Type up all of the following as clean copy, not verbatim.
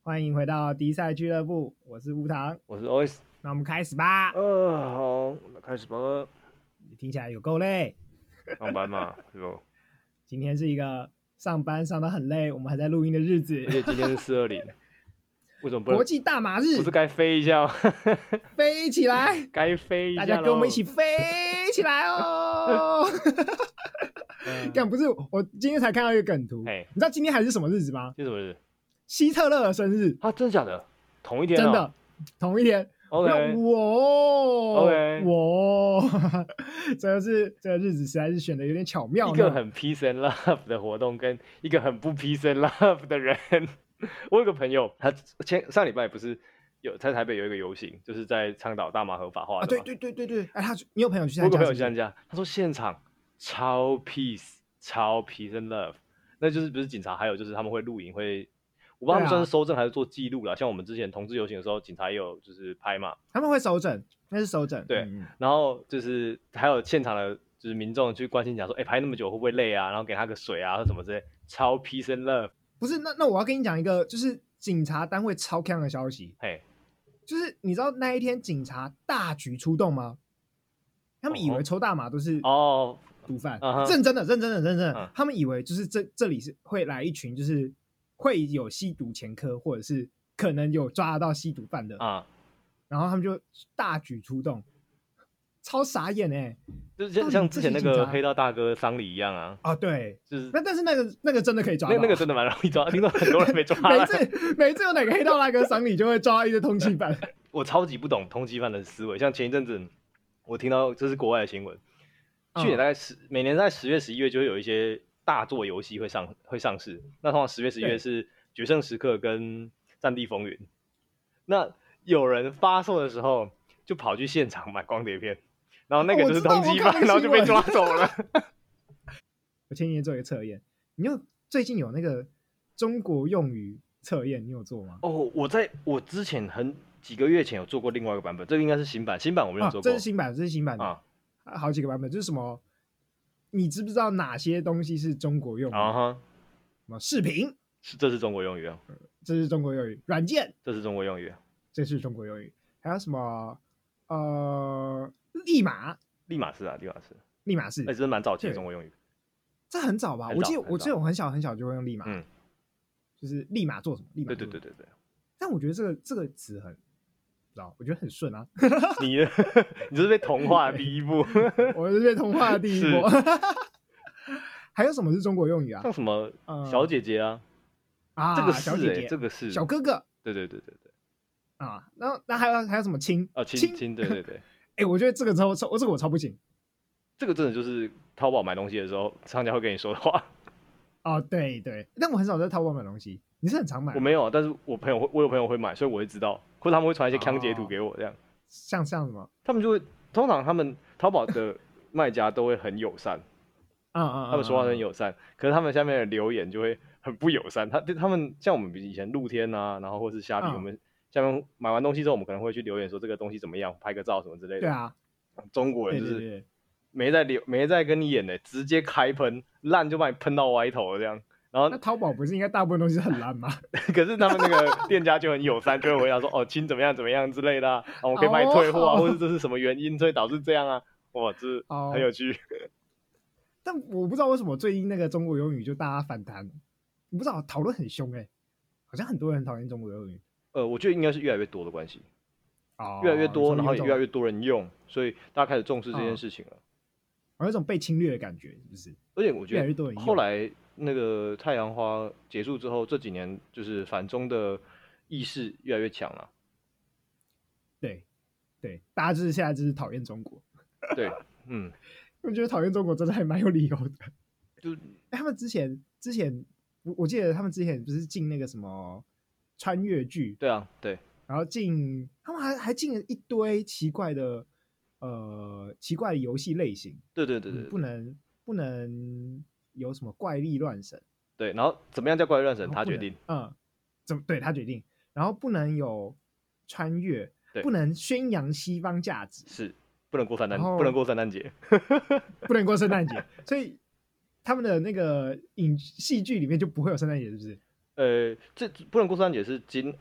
欢迎回到迪赛俱乐部，我是吴糖， 我是 OS。 那我们开始吧。 好，那开始吧。 听起来有够累， 上班嘛，有。 今天是一个上班上得很累，我们还在录音的日子， 而且今天是420，为什么不能国际大马日， 不是该飞一下吗？ 飞起来， 该飞一下， 大家跟我们一起飞起来哦！干不是，我今天才看到一个梗图，你知道今天还是什么日子吗？ 今天什么日子？ 希特勒的生日啊，真的假的？同一天、 真的，同一天。 OK， 这个日子实在是选的有点巧妙呢。 一个很 peace and love 的活动，跟一个很不 peace and love 的人。我有个朋友，他上礼拜不是有在台北有一个游行，就是在倡导大麻合法化的嘛。 对，哎，你有朋友去参加？ 我有个朋友去参加，他说现场超 peace 超 peace and love， 那就是不是警察，还有就是他们会录影会。我不知道他们算是收证还是做记录啦，像我们之前同志游行的时候，警察也有就是拍嘛， 他们会收证，那是收证。 对，然后就是还有现场的，就是民众去关心讲说，拍那么久会不会累啊？然后给他个水啊或什么之类，超 peace and love。 不是，那我要跟你讲一个，就是警察单位超强的消息，就是你知道那一天警察大举出动吗？他们以为抽大麻都是毒贩，认真的，他们以为就是这里是会来一群就是会有吸毒前科，或者是可能有抓到吸毒犯的然后他们就大举出动，超傻眼就是像之前那个黑道大哥丧礼一样啊。对，就是但是那个真的可以抓到， 那个真的蛮容易抓，听说很多人被抓每次有哪个黑道大哥丧礼就会抓到一堆通缉犯。 我超级不懂通缉犯的思维，像前一阵子我听到这是国外的新闻，去年大概每年在10月11月就会有一些大作游戏会上市，那通常10月11月是决胜时刻跟战地风云，那有人发售的时候就跑去现场买光碟片，然后那个就是通缉犯，然后就被抓走了。 我前几天做一个测验，最近有那个中国用语测验，你有做吗？ 我之前几个月前有做过另外一个版本，这个应该是新版我没有做过。 这是新版的好几个版本，就是什么？你知不知道哪些东西是中国用语？什么视频？ 这是中国用语啊。 这是中国用语。软件？ 这是中国用语啊。 这是中国用语。还有什么？立马？ 立马是啊， 立马是。 这是蛮早期的中国用语。这很早吧？我记得我很小就会用立马。就是立马做什么？立马。 对。 但我觉得这个词很。我觉得很顺啊。 你就是被同化的第一步。 我是被同化的第一步。还有什么是中国用语啊？ 像什么小姐姐啊？这个是小姐姐， 这个是小哥哥。 对。 那还有什么亲？ 亲，对。 我觉得这个我超不行。 这个真的就是淘宝买东西的时候，商家会跟你说的话。 对。但我很少在淘宝买东西。你是很常买？ 我没有，但是我有朋友会买，所以我会知道，或者他们会传一些锵截图给我，这样。 像什么？ 他们就会通常他们淘宝的卖家都会很友善，他们说话很友善，可是他们下面的留言就会很不友善。他们像我们以前露天啊，然后或是虾皮，我们下面买完东西之后，我们可能会去留言说这个东西怎么样，拍个照什么之类的。 对啊， 中国人就是没在跟你演的，直接开喷，烂就把你喷到歪头这样。然后那淘宝不是应该大部分东西很烂吗？ 可是他们那个店家就很友善，就会回答说亲怎么样之类的啊，我可以帮你退货啊，或者这是什么原因所以导致这样啊，哇，这很有趣。 但我不知道为什么最近那个中国用语就大家反弹，我不知道讨论很凶好像很多人很讨厌中国用语。 我觉得应该是越来越多的关系，越来越多，然后也越来越多人用，所以大家开始重视这件事情了。 有一种被侵略的感觉，是不是？ 而且我觉得后来那个太阳花结束之后，这几年就是反中的意识越来越强了。对， 大家就是现在就是讨厌中国。 对， 我觉得讨厌中国真的还蛮有理由的。就他们之前，我记得他们之前不是进那个什么穿越剧？ 对啊，对。 然后他们还进了一堆奇怪的游戏类型。 对。 不能有什么怪力乱神。 对，然后怎么样叫怪力乱神？他决定。 对，他决定。然后不能有穿越，不能宣扬西方价值， 是不能过圣诞节， 不能过圣诞节。所以他们的那个戏剧里面就不会有圣诞节，是不是？ 这不能过圣诞节是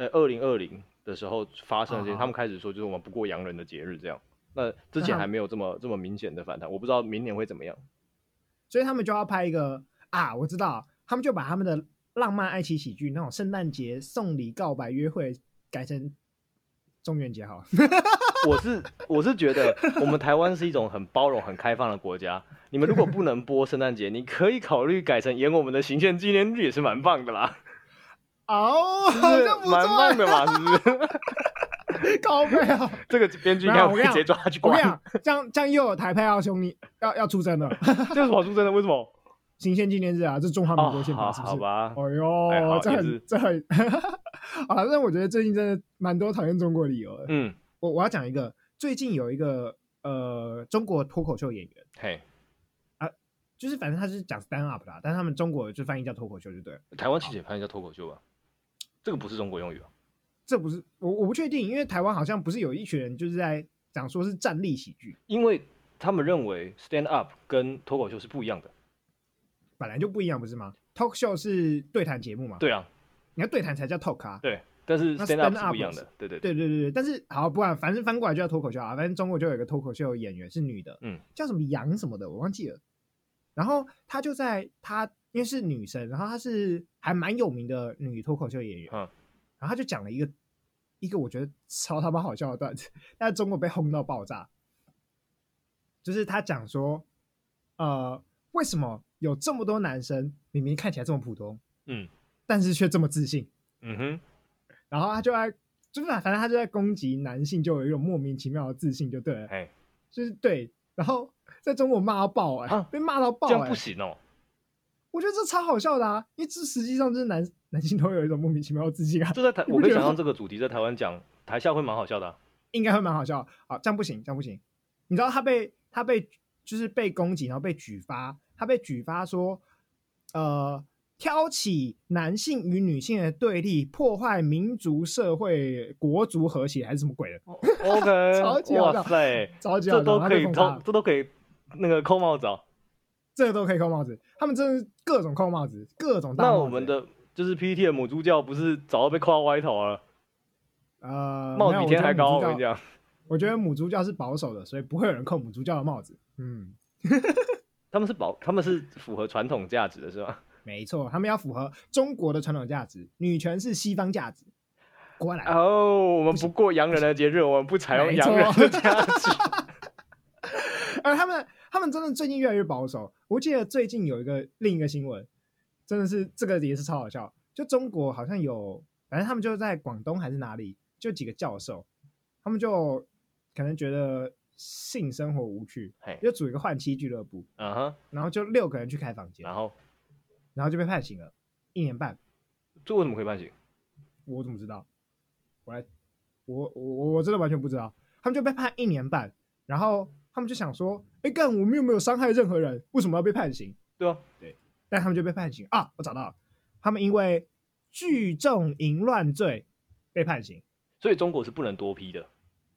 2020的时候发生的事情，他们开始说就是我们不过洋人的节日这样。那之前还没有这么明显的反弹，我不知道明年会怎么样。 所以他们就要拍一个我知道，他们就把他们的浪漫爱情喜剧那种圣诞节送礼、告白、约会改成中元节好了。 我是觉得我们台湾是一种很包容、很开放的国家。你们如果不能播圣诞节，你可以考虑改成演我们的行宪纪念日，也是蛮棒的啦。 好像不错， 蛮棒的嘛，是不是？ 高配啊！ 这个编剧应该会直接抓他去关。 我跟你讲，这样又有台配要兄弟要出征了。 这是什么出征的？为什么？ 行宪纪念日啊，这是中华民国宪法，是不是？ 好吧。 哎呦，这很啊！但我觉得最近真的蛮多讨厌中国理由的。我要讲一个，最近有一个中国脱口秀演员，就是反正他是讲 stand up 的，但是他们中国就翻译叫脱口秀，就对了。 台湾其实也翻译叫脱口秀吧？这个不是中国用语吧？ 这不是我不确定，因为台湾好像不是有一群人就是在讲说是站立喜剧， 因为他们认为 stand up 跟脱口秀是不一样的， 本来就不一样，不是吗 ？talk show 是对谈节目嘛？ 对啊， 你要对谈才叫 talk 啊。 对，但是 stand up 是不一样的。 对。但是好，不管反正翻过来就叫脱口秀啊。反正中国就有一个脱口秀演员是女的，叫什么杨什么的，我忘记了。然后她就在因为是女生，然后她是还蛮有名的女脱口秀演员，然后她就讲了一个我觉得超他妈好笑的段子，但是中国被轰到爆炸。就是她讲说，为什么有这么多男生明明看起来这么普通，但是却这么自信，然后他就反正他就在攻击男性，就有一种莫名其妙的自信，就对了，就是对，然后在中国骂到爆，被骂到爆， 这样不行哦。 我觉得这超好笑的啊，因为这实际上就是男性都有一种莫名其妙的自信啊。 就在我可以想象这个主题在台湾讲，台下会蛮好笑的， 应该会蛮好笑。好，这样不行，你知道他被就是被攻击，然后被举发，他被举发说，挑起男性与女性的对立，破坏民族社会、国族和谐，还是什么鬼的 ？OK， 超级好笑， 哇塞， 超级好笑， 这都可以那个扣帽子哦。 这个都可以扣帽子，他们真的是各种扣帽子，各种大帽子。 那我们的就是 PTT 的母猪教不是早就被扣到歪头了？帽子比天还高，我跟你讲。 我觉得母猪教是保守的，所以不会有人扣母猪教的帽子。 他们是符合传统价值的是吗？ 没错，他们要符合中国的传统价值，女权是西方价值。过来我们不过洋人的节日，我们不采用洋人的价值。 他们真的最近越来越保守。我记得最近有另一个新闻，真的是这个也是超好笑。就中国好像有，反正他们就在广东还是哪里，就几个教授，他们就可能觉得性生活无趣，就组一个换妻俱乐部，然后就6个人去开房间，然后就被判刑了1年半。 这为什么可以判刑？ 我怎么知道？我真的完全不知道。他们就被判1年半，然后他们就想说，干，我们又没有伤害任何人，为什么要被判刑？ 对啊， 对，但他们就被判刑啊！我找到了，他们因为聚众淫乱罪被判刑。 所以中国是不能多批的。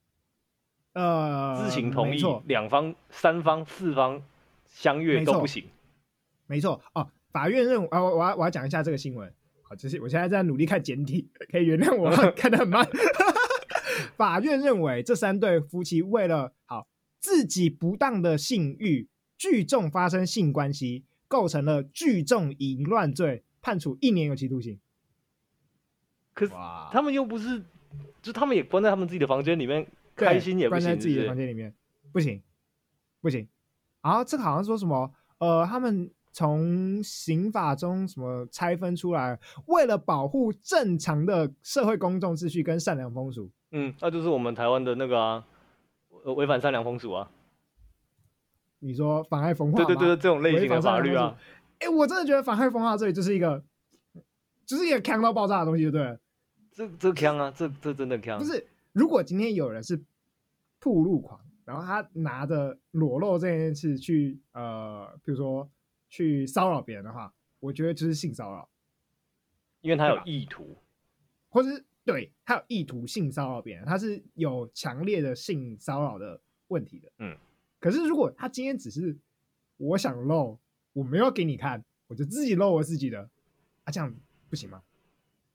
知情同意，2方、3方、4方相悦都不行。 没错哦，法院认为我要讲一下这个新闻。好，就是我现在在努力看简体，可以原谅我看得很慢。法院认为这3对夫妻为了自己不当的性欲聚众发生性关系，构成了聚众淫乱罪，判处1年有期徒刑。 可是他们又不是，就他们也关在他们自己的房间里面开心也不行， 关在自己的房间里面不行。然后这个好像说什么他们从刑法中什么拆分出来，为了保护正常的社会公众秩序跟善良风俗。 那就是我们台湾的那个违反善良风俗啊。 你说妨碍风化吗？ 对，这种类型的法律啊。 我真的觉得妨害风化罪就是一个强到爆炸的东西，对不对？ 这强啊，这真的强。 不是，如果今天有人是暴露狂，然后他拿着裸露这件事去比如说去骚扰别人的话，我觉得就是性骚扰， 因为他有意图， 或者是对他有意图性骚扰别人，他是有强烈的性骚扰的问题的。可是如果他今天只是我想露，我没有给你看，我就自己露我自己的，这样不行吗？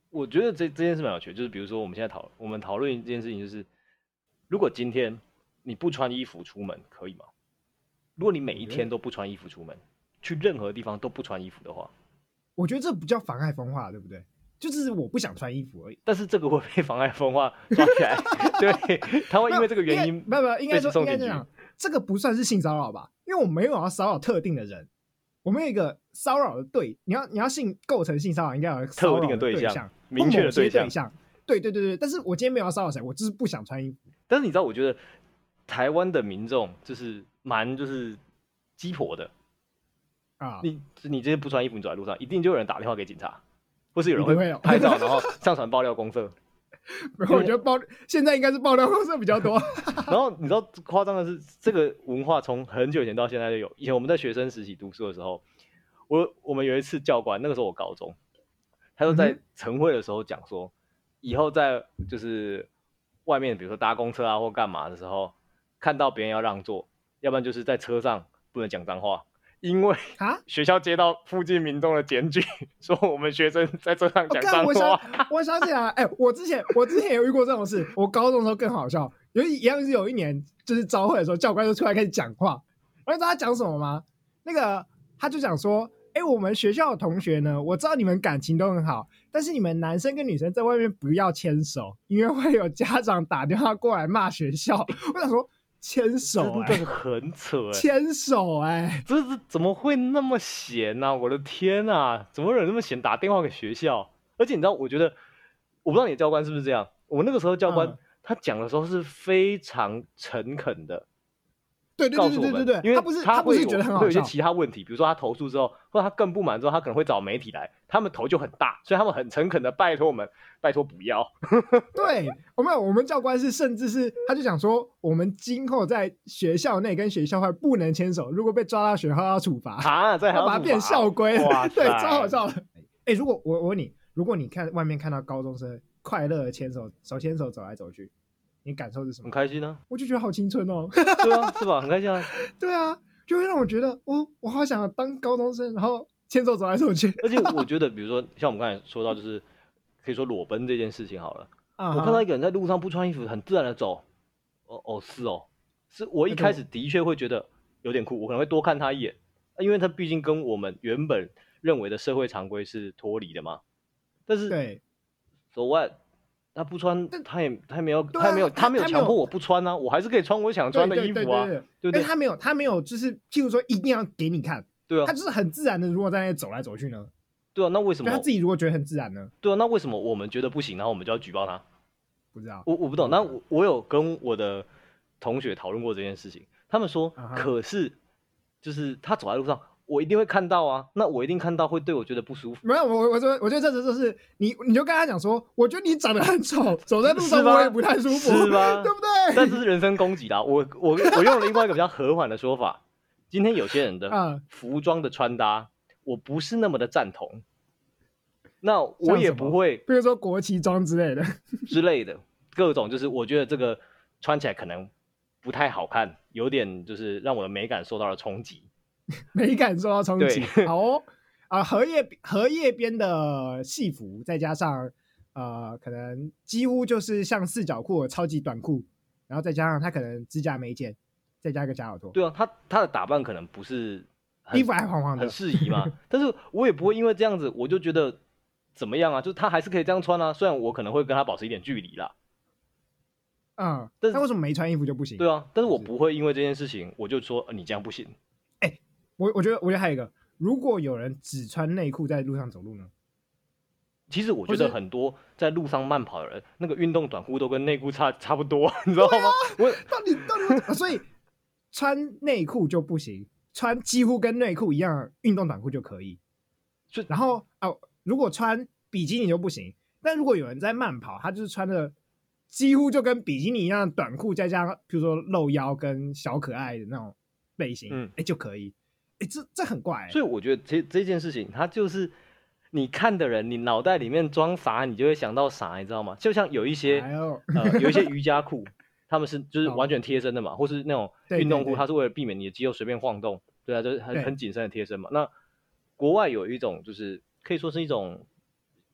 我觉得这件事蛮有趣的，就是比如说我们现在讨论一件事情，就是如果今天你不穿衣服出门可以吗？如果你每一天都不穿衣服出门，去任何地方都不穿衣服的话， 我觉得这不叫妨碍风化，对不对？就是我不想穿衣服而已。 但是这个会被妨碍风化抓起来，对，他会因为这个原因没有，应该这样，这个不算是性骚扰吧？因为我没有要骚扰特定的人，我们有一个骚扰的你要构成性骚扰，应该有特定的对象，明确的对象。 对，但是我今天没有要骚扰谁，我就是不想穿衣服。 但是你知道，我觉得台湾的民众就是蛮就是鸡婆的啊！你这些不穿衣服，你走在路上，一定就有人打电话给警察，或是有人会拍照，然后上传爆料公社。 我觉得现在应该是爆料公社比较多。 然后你知道夸张的是，这个文化从很久以前到现在就有。以前我们在学生时期读书的时候，我们有一次教官，那个时候我高中，他就在晨会的时候讲说，以后在就是外面，比如说搭公车啊或干嘛的时候，看到别人要让座，要不然就是在车上不能讲脏话。因为学校接到附近民众的检举，说我们学生在车上讲脏话。 我想起来，我之前也有遇过这种事。我高中的时候更好笑，有一年就是朝会的时候，教官就出来开始讲话。然后你知道他讲什么吗？那个他就讲说，我们学校的同学呢，我知道你们感情都很好，但是你们男生跟女生在外面不要牵手，因为会有家长打电话过来骂学校。我想说。牵手真的很扯牵手这是怎么会那么闲啊？我的天啊，怎么有人那么闲打电话给学校？而且你知道，我觉得我不知道你的教官是不是这样。我那个时候教官他讲的时候是非常诚恳的， 对， 因为他不是觉得很好笑， 会有一些其他问题，比如说他投诉之后，或者他更不满之后，他可能会找媒体来，他们头就很大，所以他们很诚恳的拜托我们，拜托不要。 对，我们教官甚至是他就讲说，我们今后在学校内跟学校外不能牵手，如果被抓到学校要处罚啊， 要把它变校规。对，超好笑的。如果我问你，如果你看外面看到高中生快乐的手牵手走来走去，你感受是什么？ 很开心啊， 我就觉得好青春哦。 对啊，是吧？很开心啊。 对啊，就会让我觉得，我好想当高中生，然后牵手走来走去。 而且我觉得，比如说像我们刚才说到，就是可以说裸奔这件事情好了。我看到一个人在路上不穿衣服，很自然的走，是我一开始的确会觉得有点酷，我可能会多看他一眼，因为他毕竟跟我们原本认为的社会常规是脱离的嘛。但是对 ，so what？他不穿，他没有强迫我不穿啊，我还是可以穿我想穿的衣服啊，对不对？ 他没有，就是譬如说一定要给你看， 对啊， 他就是很自然的，如果在那走来走去呢， 对啊，那为什么他自己如果觉得很自然呢？ 对啊，那为什么我们觉得不行，然后我们就要举报他？ 不知道， 我不懂。那我有跟我的同学讨论过这件事情，他们说，可是就是他走在路上。我一定会看到啊，那我一定看到会对我觉得不舒服。 没有，我觉得这就是你就跟他讲说，我觉得你长得很丑，走在路上我也不太舒服， 是吧？ 对不对？ 但这是人身攻击啦。我用了另外一个比较和缓的说法。今天有些人的服装的穿搭，我不是那么的赞同。那我也不会， 比如说国旗装之类的各种，就是我觉得这个穿起来可能不太好看，有点就是让我的美感受到了冲击。 美感受到冲击，好哦荷叶边的戏服，再加上可能几乎就是像四角裤、超级短裤，然后再加上他可能指甲没剪，再加一个假耳朵。 对啊，他的打扮可能不是衣服还黄黄的， 很适宜嘛。但是我也不会因为这样子我就觉得怎么样啊，就是他还是可以这样穿啊，虽然我可能会跟他保持一点距离啦。 但是他为什么没穿衣服就不行？ 对啊，但是我不会因为这件事情我就说你这样不行。 我觉得还有一个，如果有人只穿内裤在路上走路呢？ 其实我觉得很多在路上慢跑的人，那个运动短裤都跟内裤差不多，你知道吗？ 到底所以穿内裤就不行，穿几乎跟内裤一样的运动短裤就可以。然后如果穿比基尼就不行。但如果有人在慢跑，他就是穿的几乎就跟比基尼一样的短裤，再加上比如说露腰跟小可爱的那种背心，就可以。这很怪所以我觉得这件事情，它就是你看的人，你脑袋里面装啥，你就会想到啥，你知道吗？就像有一些有一些瑜伽裤，他们是就是完全贴身的嘛，或是那种运动裤，它是为了避免你的肌肉随便晃动，对啊，就是很紧身的贴身嘛。那国外有一种就是可以说是一种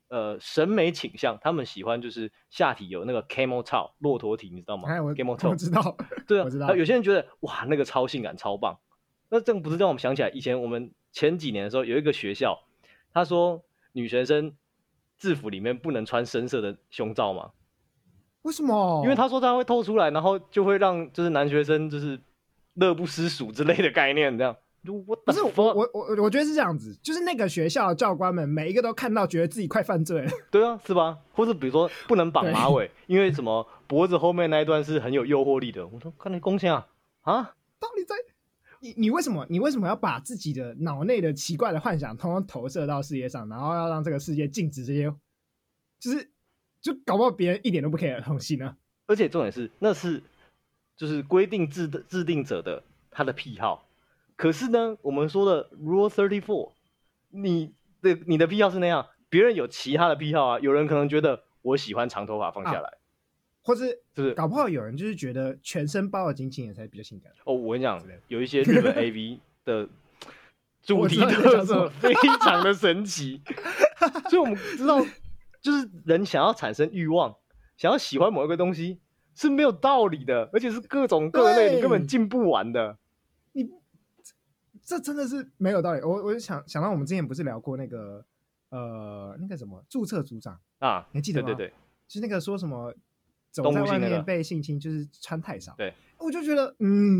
审美倾向，他们喜欢就是下体有那个 camel toe 骆驼体，你知道吗？camel toe 我知道， 对啊， 我知道。 有些人觉得哇那个超性感超棒，那这不是让我们想起来以前我们前几年的时候有一个学校，他说女学生制服里面不能穿深色的胸罩吗？ 为什么？ 因为他说他会透出来，然后就会让就是男学生就是乐不思蜀之类的概念，这样。 不是我觉得是这样子，就是那个学校的教官们每一个都看到，觉得自己快犯罪了。 对啊，是吧？或者比如说不能绑马尾，因为什么脖子后面那一段是很有诱惑力的。我说看你贡献啊， 到底在你为什么要把自己的脑内的奇怪的幻想通通投射到世界上，然后要让这个世界禁止这些，就搞不好别人一点都不 care 的东西呢？ 而且重点是那是就是规定制定者的他的癖好。可是呢，我们说的 Rule 34，你的癖好是那样，别人有其他的癖好啊。有人可能觉得我喜欢长头发放下来， 或是搞不好有人就是觉得全身包得紧紧的才比较性感。 哦，我跟你讲，有一些日本 AV 的主题特色非常的神奇，所以我们知道，就是人想要产生欲望，想要喜欢某一个东西是没有道理的，而且是各种各类，你根本进不完的。 这真的是没有道理。我就想到我们之前不是聊过那个什么注册组长啊，你还记得吗？ 对对对， 就是那个说什么走在外面被性侵就是穿太少。 对， 我就觉得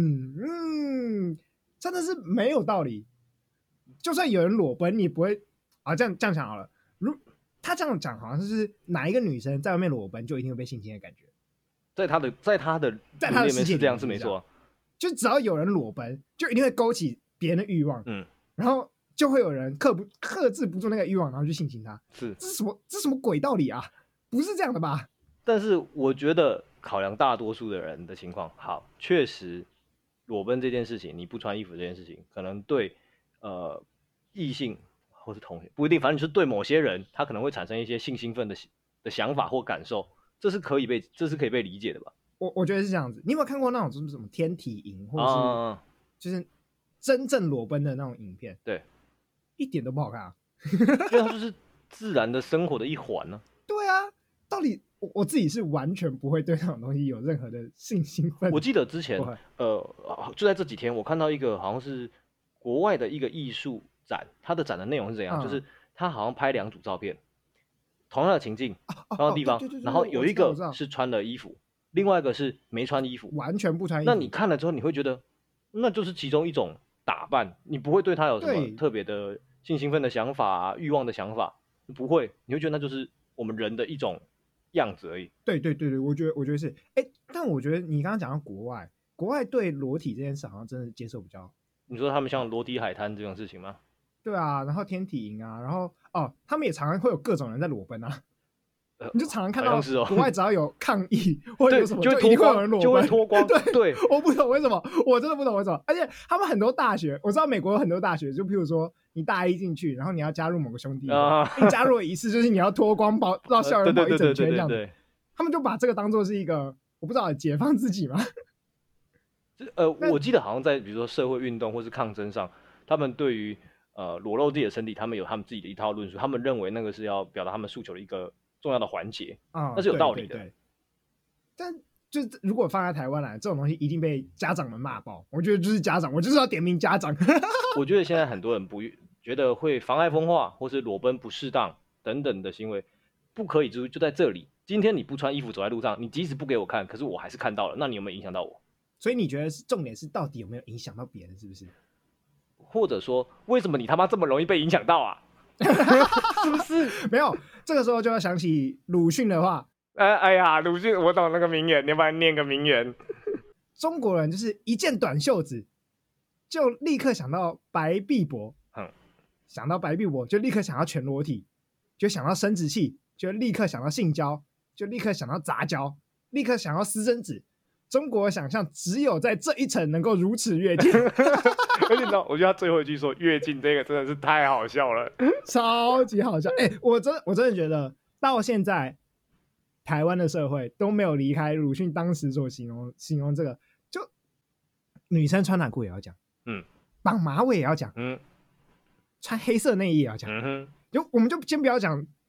真的是没有道理。就算有人裸奔，你不会啊？这样讲好了，他这样讲好像是哪一个女生在外面裸奔就一定会被性侵的感觉。 在他的世界是这样是没错， 就只要有人裸奔，就一定会勾起别人的欲望，然后就会有人克制不住那个欲望，然后去性侵他。这是什么鬼道理啊？不是这样的吧？ 但是我觉得考量大多数的人的情况，好，确实裸奔这件事情，你不穿衣服这件事情，可能对异性或是同性不一定，反正就是对某些人，他可能会产生一些性兴奋的想法或感受，这是可以被理解的吧？ 我觉得是这样子。你有没有看过那种什么天体营，或者是就是真正裸奔的那种影片？ 对， 一点都不好看啊， 因为它就是自然的生活的一环呢。 对啊，到底我自己是完全不会对那种东西有任何的性兴奋。 我记得之前就在这几天，我看到一个好像是国外的一个艺术展，它的展的内容是怎样？就是他好像拍2组照片，同样的情境，同样的地方，然后有一个是穿了衣服，另外一个是没穿衣服， 完全不穿衣服。 那你看了之后，你会觉得那就是其中一种打扮，你不会对他有什么特别的性兴奋的想法啊、欲望的想法，不会，你会觉得那就是我们人的一种样子而已。 对，我觉得是，但我觉得你刚刚讲到国外对裸体这件事好像真的接受比较。 你说他们像裸体海滩这种事情吗？ 对啊，然后天体营啊，然后他们也常常会有各种人在裸奔啊。你就常常看到国外只要有抗议或者有什么，就一定会有人裸奔， 就会脱光。对， 我不懂为什么，我真的不懂为什么。而且他们很多大学，我知道美国有很多大学，就譬如说你大一进去，然后你要加入某个兄弟，你加入的仪式就是你要脱光绕校园跑一整圈这样子。他们就把这个当做是一个，我不知道解放自己吗？ 我记得好像在比如说社会运动或是抗争上，他们对于裸露自己的身体，他们有他们自己的一套论述，他们认为那个是要表达他们诉求的一个重要的环节，那是有道理的。 对，但就如果放在台湾来，这种东西一定被家长们骂爆。我觉得就是家长，我就是要点名家长。 我觉得现在很多人不觉得会妨碍风化，或是裸奔不适当等等的行为，不可以就在这里。今天你不穿衣服走在路上，你即使不给我看，可是我还是看到了，那你有没有影响到我？ 所以你觉得重点是到底有没有影响到别人，是不是？ 或者说，为什么你他妈这么容易被影响到啊？是不是？ 没有，这个时候就要想起鲁迅的话。 哎呀，鲁迅，我懂那个名言，你要不然念个名言。 中国人就是一件短袖子，就立刻想到白臂膊，想到白臂膊就立刻想到全裸体，就想到生殖器，就立刻想到性交，就立刻想到杂交，立刻想到私生子。中国想象只有在这一层能够如此跃进。 而且你知道，我觉得他最后一句说跃进这个真的是太好笑了， 超级好笑。我真的觉得到现在台湾的社会都没有离开鲁迅当时所形容这个，就女生穿短裤也要讲，绑马尾也要讲，穿黑色内衣也要讲，就我们就先不要讲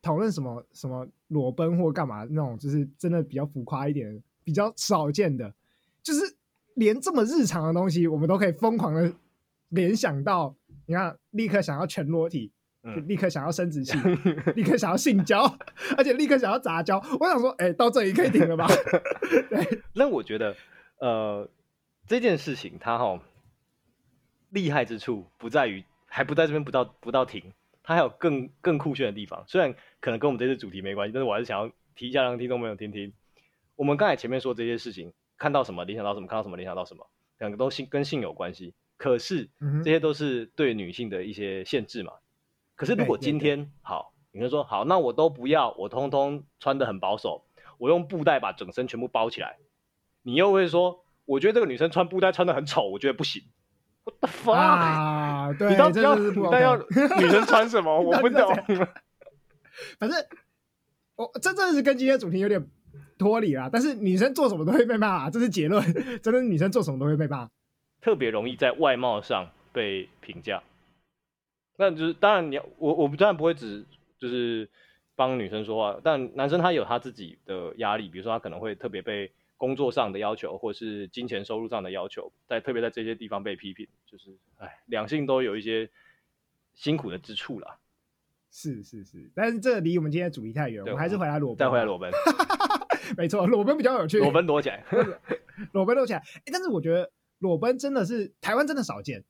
讨论什么裸奔或干嘛那种，就是真的比较浮夸一点、比较少见的，就是连这么日常的东西，我们都可以疯狂的联想到。你看，立刻想要全裸体，立刻想要生殖器，立刻想要性交，而且立刻想要杂交。我想说，到这里可以停了吧？对。 那我觉得，这件事情它厉害之处不在于，还不在这边不到停，它还有更酷炫的地方。虽然可能跟我们这次主题没关系，但是我还是想要提一下，让听众朋友听听。我们刚才前面说这些事情，看到什么联想到什么，看到什么联想到什么，两个都跟性有关系。可是这些都是对女性的一些限制嘛。可是如果今天好，你就说好，那我都不要，我通通穿得很保守，我用布袋把整身全部包起来。你又会说，我觉得这个女生穿布袋穿得很丑，我觉得不行。What the fuck？ 啊，对， 你到底要女生穿什么？我不懂。 反正这真的是跟今天主题有点脱离啦。但是女生做什么都会被骂，这是结论。真的，女生做什么都会被骂。 特别容易在外貌上被评价，那就是当然我当然不会只就是帮女生说话，但男生他有他自己的压力，比如说他可能会特别被工作上的要求，或是金钱收入上的要求，特别在这些地方被批评，就是两性都有一些辛苦的之处啦。 是，但是这离我们今天的主题太远，我们还是回来裸奔。 再回来裸奔， 没错，裸奔比较有趣。 裸奔躲起来， 裸奔躲起来。但是我觉得裸奔真的是台湾真的少见，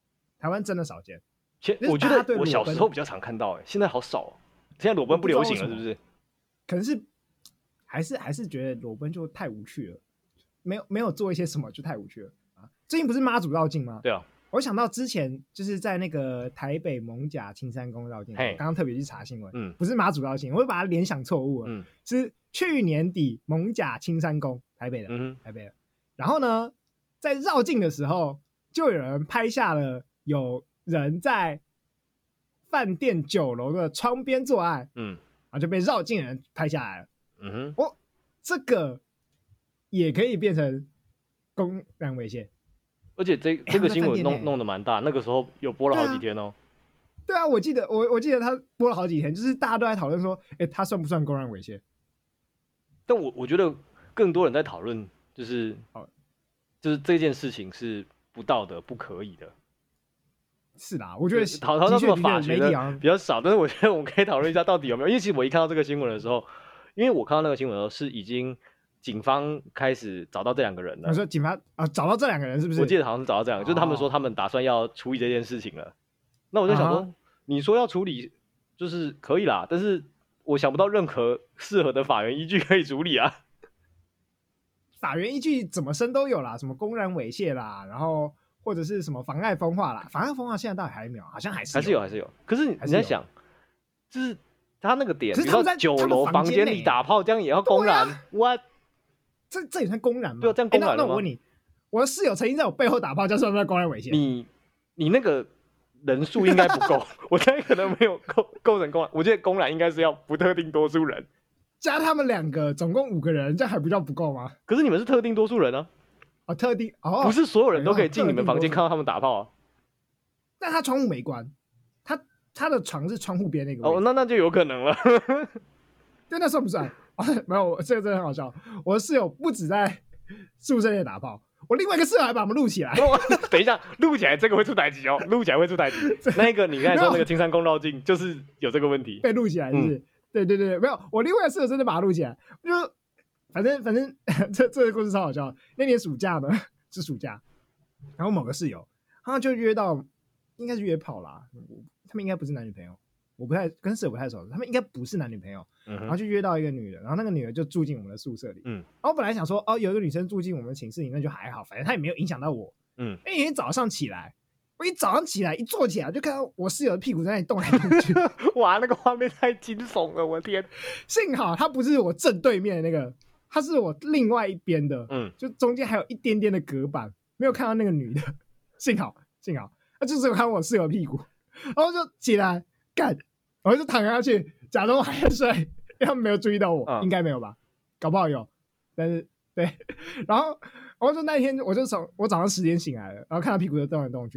我觉得我小时候比较常看到，现在好少。现在裸奔不流行了，是不是？ 可能是还是觉得裸奔就太无趣了，没有做一些什么就太无趣了啊！最近不是妈祖绕境吗？ 对啊， 我想到之前就是在那个台北艋舺青山宫绕境，刚刚特别去查新闻，不是妈祖绕境，我会把它联想错误了，是去年底艋舺青山宫台北的，然后呢，在绕境的时候，就有人拍下了有人在饭店酒楼的窗边做爱，然后就被绕境的人拍下来了。这个也可以变成公然猥亵， 而且这个新闻弄得蛮大，那个时候有播了好几天哦。 对啊，我记得他播了好几天，就是大家都在讨论说，他算不算公然猥亵？ 但我觉得更多人在讨论，就是这件事情是不道德、不可以的。 是啦，我觉得讨论这么法学的比较少，但是我觉得我们可以讨论一下到底有没有。因为其实我一看到这个新闻的时候，因为我看到那个新闻的时候是已经警方开始找到这两个人了。 你说警方找到这两个人是不是？ 我记得好像是找到这两个，就是他们说他们打算要处理这件事情了。那我就想说，你说要处理就是可以啦，但是我想不到任何适合的法源依据可以处理啊。 法源依据怎么生都有啦，什么公然猥亵啦，然后或者是什么妨碍风化啦，妨碍风化现在到底还没有？好像还是有。可是你在想，就是他那个点，比如说酒楼房间里打炮，这样也要公然？我这也算公然吗？ 对啊，这样公然了吗？ 那我问你，我的室友曾经在我背后打炮，这算不算公然猥亵？ 你那个人数应该不够，我猜可能没有构成公然。我觉得公然应该是要不特定多数人。 加他们两个，总共5个人，这样还不叫不够吗？ 可是你们是特定多数人啊！ 特定不是所有人都可以进你们房间看到他们打炮啊。 但他窗户没关，他的床是窗户边那个位置。 那就有可能了。 对，那算不算？没有，这个真的很好笑。我的室友不止在宿舍内打炮，我另外一个室友还把我们录起来。 等一下，录起来这个会出代志哦，录起来会出代志。那个你刚才说那个青山宫绕境，就是有这个问题， 被录起来是不是？对，没有，我另外一个室友真的把它录起来，就反正这个故事超好笑。那年暑假呢，是暑假，然后某个室友他就约到，应该是约炮啦，他们应该不是男女朋友，我不太跟室友不太熟，他们应该不是男女朋友，然后就约到一个女的，然后那个女的就住进我们的宿舍里，然后我本来想说，有一个女生住进我们的寝室里，那就还好，反正她也没有影响到我，那天早上起来。我一早上起来一坐起来就看到我室友的屁股在那里动来动去， 哇，那个画面太惊悚了，我的天！ 幸好他不是我正对面的那个，他是我另外一边的，就中间还有一点点的隔板，没有看到那个女的。幸好，他就只有看我室友的屁股，然后就起来干，然后就躺下去，假装我还在睡，因为他们没有注意到我，应该没有吧？搞不好有，但是对，然后就那一天我早上10点醒来了，然后看到屁股就动来动去嘛。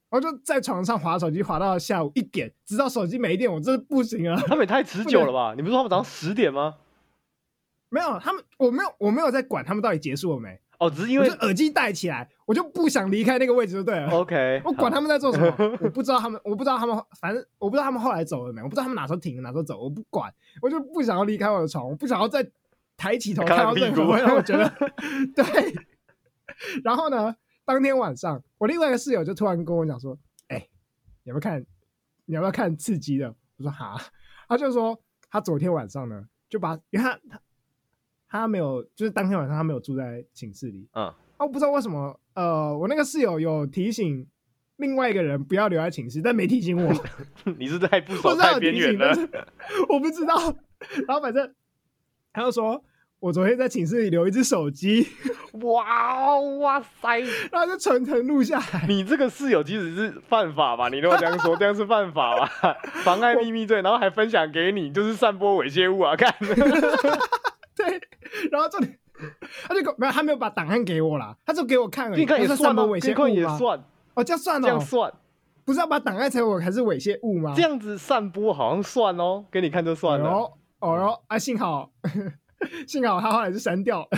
然后就在床上滑手机滑到下午1点，直到手机没电，我真的不行了。 他们也太持久了吧？你不是说他们早上10点吗？ 没有，他们我没有在管他们到底结束了没。 只是因为我就耳机戴起来，我就不想离开那个位置就对了。 OK， 我管他们在做什么，我不知道他们，反正我不知道他们后来走了没，我不知道他们哪时候停哪时候走，我不管，我就不想要离开我的床，我不想要再抬起头看到任何会让我觉得对。然后呢，当天晚上我另外一个室友就突然跟我讲说：“你要不要看刺激的？”我说：“哈。”他就说他昨天晚上呢，就把因为他没有，就是当天晚上他没有住在寝室里。我不知道为什么，我那个室友有提醒另外一个人不要留在寝室，但没提醒我。 你是太不熟太边缘了， 我不知道。然后反正他就说我昨天在寝室里留一只手机， 哇塞， 然后就全程录下来。 你这个室友其实是犯法吧？你如果这样说，这样是犯法吧？妨碍秘密罪，然后还分享给你，就是散播猥亵物啊！看。 对，然后这里他没有把档案给我啦，他就给我看而已。 你看也算吗？ 猥亵物也算这样算哦， 这样算， 不是要把档案给我还是猥亵物吗？ 这样子散播好像算哦，给你看就算了。 幸好他后来是删掉了。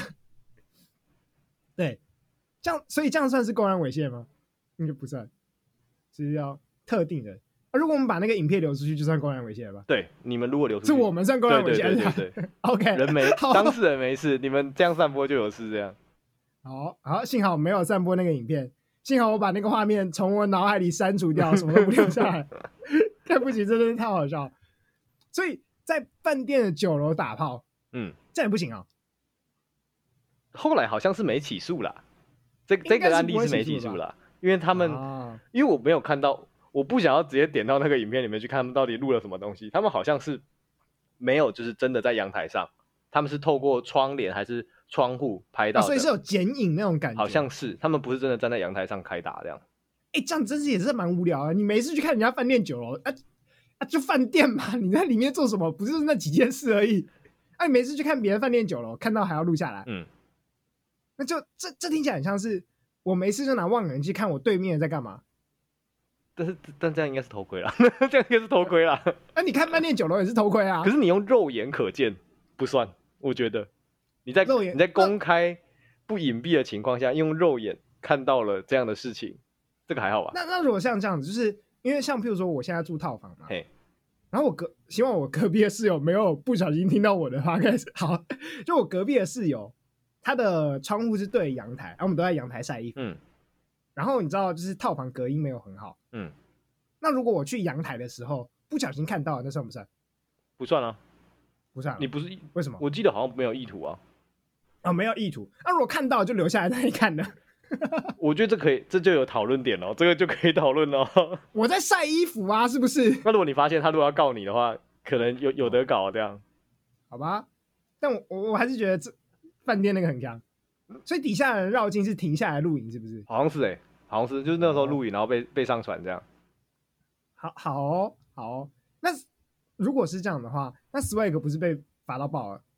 对，所以这样算是公然猥亵吗？应该不算，是要特定的。如果我们把那个影片流出去，就算公然猥亵了吧？ 对，你们如果流出去， 是我们算公然猥亵， 对。 OK， 当事人没事，你们这样散播就有事，这样。 好，幸好没有散播那个影片，幸好我把那个画面从我脑海里删除掉，什么都不留下来。对不起，真的是太好笑了。所以在饭店的9楼打炮，这样也不行啊。 后来好像是没起诉啦，这个案例是没起诉啦，因为他们，因为我没有看到。我不想要直接点到那个影片里面去看他们到底录了什么东西。他们好像是没有，就是真的在阳台上，他们是透过窗帘还是窗户拍到的， 所以是有剪影那种感觉。 好像是，他们不是真的站在阳台上开打这样。 这样真是也是蛮无聊的。你没事去看人家饭店9楼就饭店嘛，你在里面做什么？不是那几件事而已。你没事去看别人饭店9楼，看到还要录下来。那就这听起来很像是我没事就拿望远镜看我对面在干嘛。 但这样应该是偷窥啦，这样应该是偷窥啦。 你看饭店9楼也是偷窥啊。 可是你用肉眼可见不算，我觉得你在公开不隐蔽的情况下，用肉眼看到了这样的事情，这个还好吧？ 那如果像这样子，就是因为像譬如说我现在住套房嘛，然后希望我隔壁的室友没有不小心听到我的话，好，就我隔壁的室友，他的窗户是对阳台，然后我们都在阳台晒衣服。然后你知道，就是套房隔音没有很好。那如果我去阳台的时候不小心看到，那算不算？ 不算啊， 不算。 你不是为什么？ 我记得好像没有意图啊。 没有意图。那如果看到就留下来再看呢？ 我觉得这就有讨论点了，这个就可以讨论了。 我在晒衣服啊，是不是？ 那如果你发现他如果要告你的话，可能有得搞这样。 好吧，但我还是觉得这饭店那个很强，所以底下的人绕境是停下来录影，是不是？ 好像是好像是，就是那时候录影，然后被上传这样。 好哦。那如果是这样的话，那 Swag 不是被罚到爆了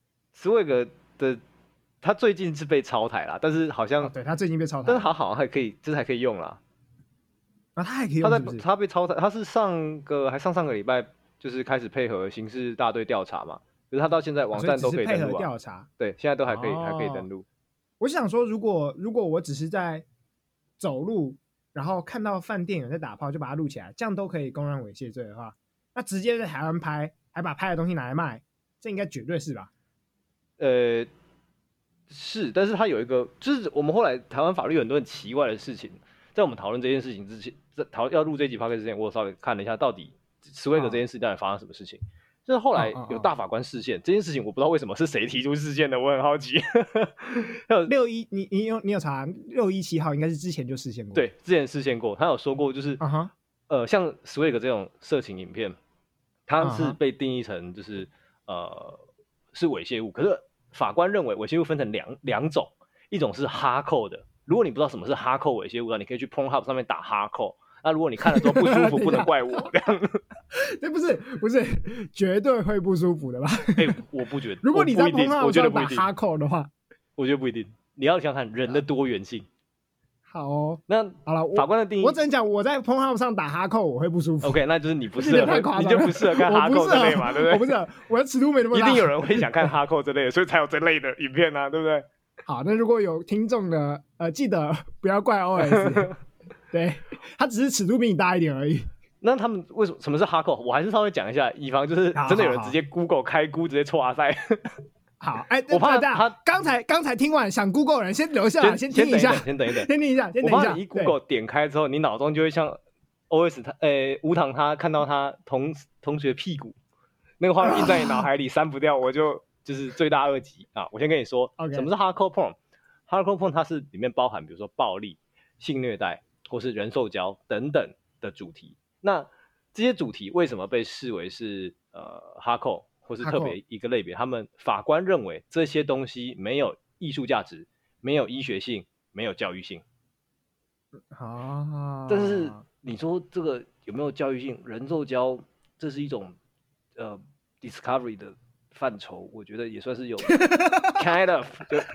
？Swag 的他最近是被抄台啦，但是好像对他最近被抄台， 但是好像还可以，就是还可以用啦。 他还可以用， 他被抄台，他是上个礼拜就是开始配合刑事大队调查嘛，就是他到现在网站都可以登录配合调查， 对，现在都还可以登录。 我想说，如果我只是在走路，然后看到饭店有在打炮，就把它录起来，这样都可以公然猥亵罪的话，那直接在台湾拍，还把拍的东西拿来卖，这应该绝对是吧？ 是，但是他有一个，就是我们后来台湾法律有很多很奇怪的事情，在我们讨论这件事情之前，要录这集 podcast 之前，我稍微看了一下，到底Swag这件事到底发生什么事情。就是后来有大法官释宪这件事情，我不知道为什么是谁提出释宪的，我很好奇。 61，你有查617号应该是之前就释宪过， 对，之前释宪过，他有说过，就是像 Swag 这种色情影片，它是被定义成就是是猥亵物，可是法官认为猥亵物分成两种，一种是哈扣的，如果你不知道什么是哈扣猥亵物，你可以去 Pornhub 上面打哈扣。那如果你看了之后不舒服，不能怪我这样。 不是，绝对会不舒服的吧？ 我不觉得。 如果你在 Pornhub 上打哈扣的话， 我觉得不一定。你要想看人的多元性。 好哦， 那好了， 法官的定义， 我只能讲我在 Pornhub 上打哈扣我会不舒服。 OK， 那就是你不适合，你就不适合看哈扣这类嘛，对不对？ 我不是，我的尺度没那么大。 一定有人会想看哈扣这类的，所以才有这类的影片啊，对不对？ 好，那如果有听众的，记得不要怪 OS， 对，他只是尺度比你大一点而已。 那他们为什么是哈扣？我还是稍微讲一下，以防就是真的有人直接 Google 开估直接戳塞。 好， 我怕他刚才听完想 Google 人先留下来，先听一下， 先等一等， 先听一下。 我怕你一 Google 点开之后，你脑中就会像 OS 吴糖他看到他同学屁股那个画面印在你脑海里，删不掉，我就是罪大恶极啊！我先跟你说，什么是 Hardcore Porn？Hardcore Porn 它是里面包含比如说暴力、性虐待或是人兽交等等的主题。那这些主题为什么被视为是Hardcore？或是特别一个类别，他们法官认为这些东西没有艺术价值，没有医学性，没有教育性。但是你说这个有没有教育性？人兽交这是一种discovery 的范畴，我觉得也算是有kind of，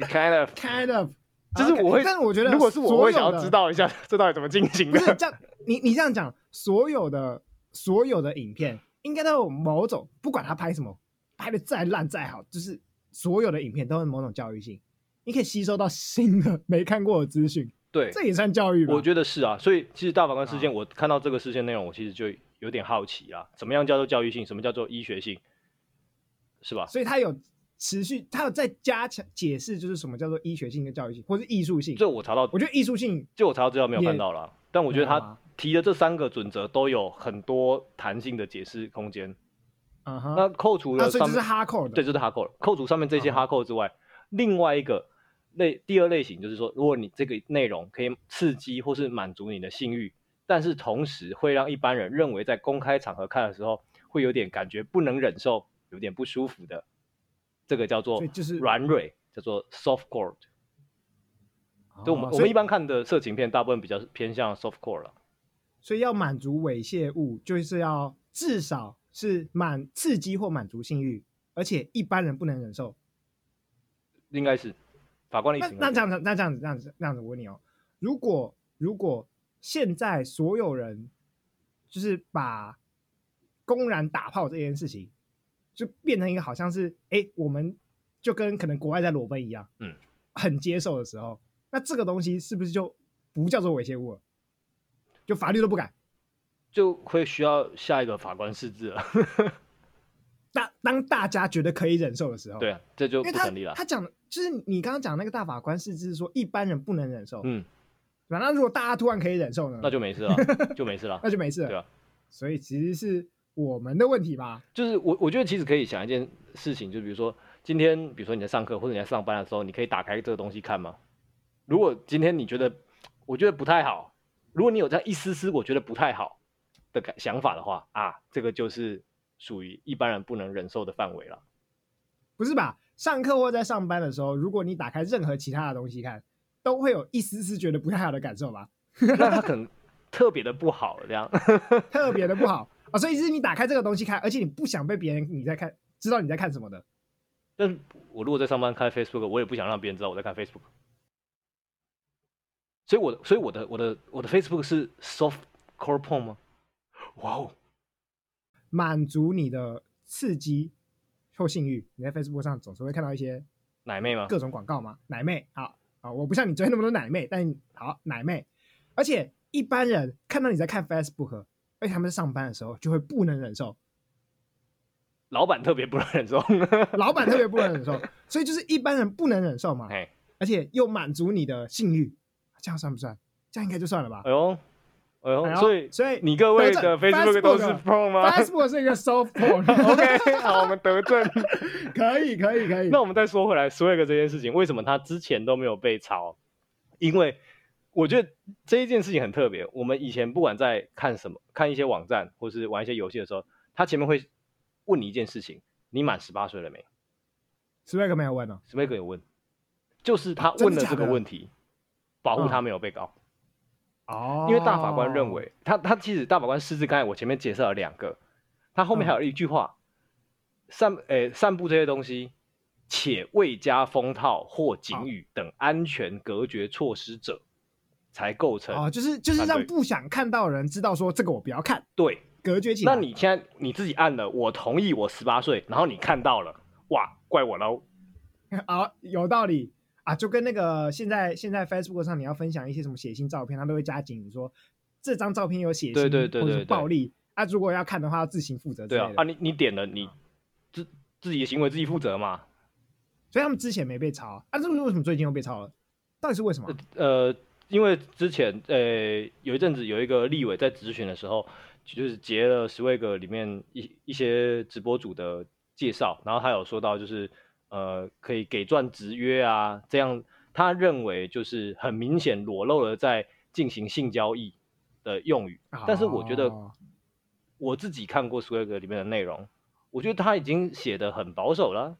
就是我会， 但是我觉得如果是我会想要知道一下这到底怎么进行的。 不是这样，你这样讲，所有的影片。应该都有某种，不管他拍什么，拍的再烂再好，就是所有的影片都有某种教育性，你可以吸收到新的没看过的资讯， 对， 这也算教育吧？ 我觉得是啊，所以其实大法官事件，我看到这个事件内容，我其实就有点好奇啦，怎么样叫做教育性，什么叫做医学性，是吧？ 所以他有持续，他有在加强解释，就是什么叫做医学性跟教育性，或是艺术性。 这我查到， 我觉得艺术性， 就我查到资料没有看到啦，但我觉得他提的这3个准则都有很多弹性的解释空间。那扣除了所以这是哈扣的， 对，就是哈扣。扣除上面这些哈扣之外，另外一个第二类型就是说，如果你这个内容可以刺激或是满足你的性欲，但是同时会让一般人认为在公开场合看的时候会有点感觉不能忍受，有点不舒服的，这个叫做软蕊，叫做 softcore。就我们一般看的色情片，大部分比较偏向 softcore 了。 所以要满足猥亵物，就是要至少是刺激或满足性欲，而且一般人不能忍受。 应该是法官的意思。 那这样子，我问你哦，如果现在所有人就是把公然打炮这件事情，就变成一个好像是我们就跟可能国外在裸奔一样，很接受的时候，那这个东西是不是就不叫做猥亵物了？就法律都不改， 就会需要下一个法官释字了。 当大家觉得可以忍受的时候， 对啊，这就不成立了。 他讲的就是你刚刚讲那个大法官释字说一般人不能忍受，那如果大家突然可以忍受呢？ 那就没事了，就没事了， 那就没事了， 对啊。 所以其实是我们的问题吧？ 就是我觉得其实可以想一件事情，就比如说今天，比如说你在上课或者你在上班的时候，你可以打开这个东西看吗？如果今天你觉得我觉得不太好，如果你有这样一丝丝我觉得不太好的想法的话这个就是属于一般人不能忍受的范围了。 不是吧？上课或在上班的时候，如果你打开任何其他的东西看，都会有一丝丝觉得不太好的感受吧？ 那他可能特别的不好，这样特别的不好所以是你打开这个东西看，而且你不想被别人知道你在看什么的。 但我如果在上班开 Facebook， 我也不想让别人知道我在看 Facebook。所以我的 Facebook 是 softcore porn 吗？哇哦！ 满足你的刺激或性欲，你在 Facebook 上总是会看到一些奶妹吗？ 各种广告嘛，奶妹。好，我不像你追那么多奶妹，但好奶妹。而且一般人看到你在看 Facebook， 而且他们在上班的时候就会不能忍受。 老板特别不能忍受， 老板特别不能忍受，所以就是一般人不能忍受嘛。而且又满足你的性欲，这样算不算？这样应该就算了吧。 哎呦，所以你各位的 Facebook 都是 porn 吗 ？Facebook 是一个 soft porn。OK， 好，我们得证。 可以。 那我们再说回来，说一个这件事情，为什么他之前都没有被抄？因为我觉得这一件事情很特别。我们以前不管在看什么，看一些网站或是玩一些游戏的时候，他前面会问你一件事情：你满18岁了没 ？Swag 没有问哦 ，Swag 有问，就是他问了这个问题，保护他没有被告。因为大法官认为，他其实大法官释字，刚才我前面介绍了2个，他后面还有一句话，散布这些东西，且未加封套或警语等安全隔绝措施者， 才构成就是让不想看到的人知道说这个我不要看， 对， 隔绝起来。 那你现在你自己按了我同意我18岁，然后你看到了，哇，怪我喽。 有道理啊，就跟那个现在 Facebook 上你要分享一些什么血腥照片，他都会加警语说这张照片有血腥或者暴力啊，如果要看的话要自行负责之类的。 对啊，你点了你自己的行为自己负责嘛。 所以他们之前没被抄啊，这为什么最近又被抄了？到底是为什么？ 因为之前有一阵子有一个立委在质询的时候，就是截了Swag里面一些直播主的介绍，然后他有说到就是可以给赚直约啊，这样他认为就是很明显裸露了在进行性交易的用语。但是我觉得我自己看过 Swag 里面的内容，我觉得他已经写得很保守了。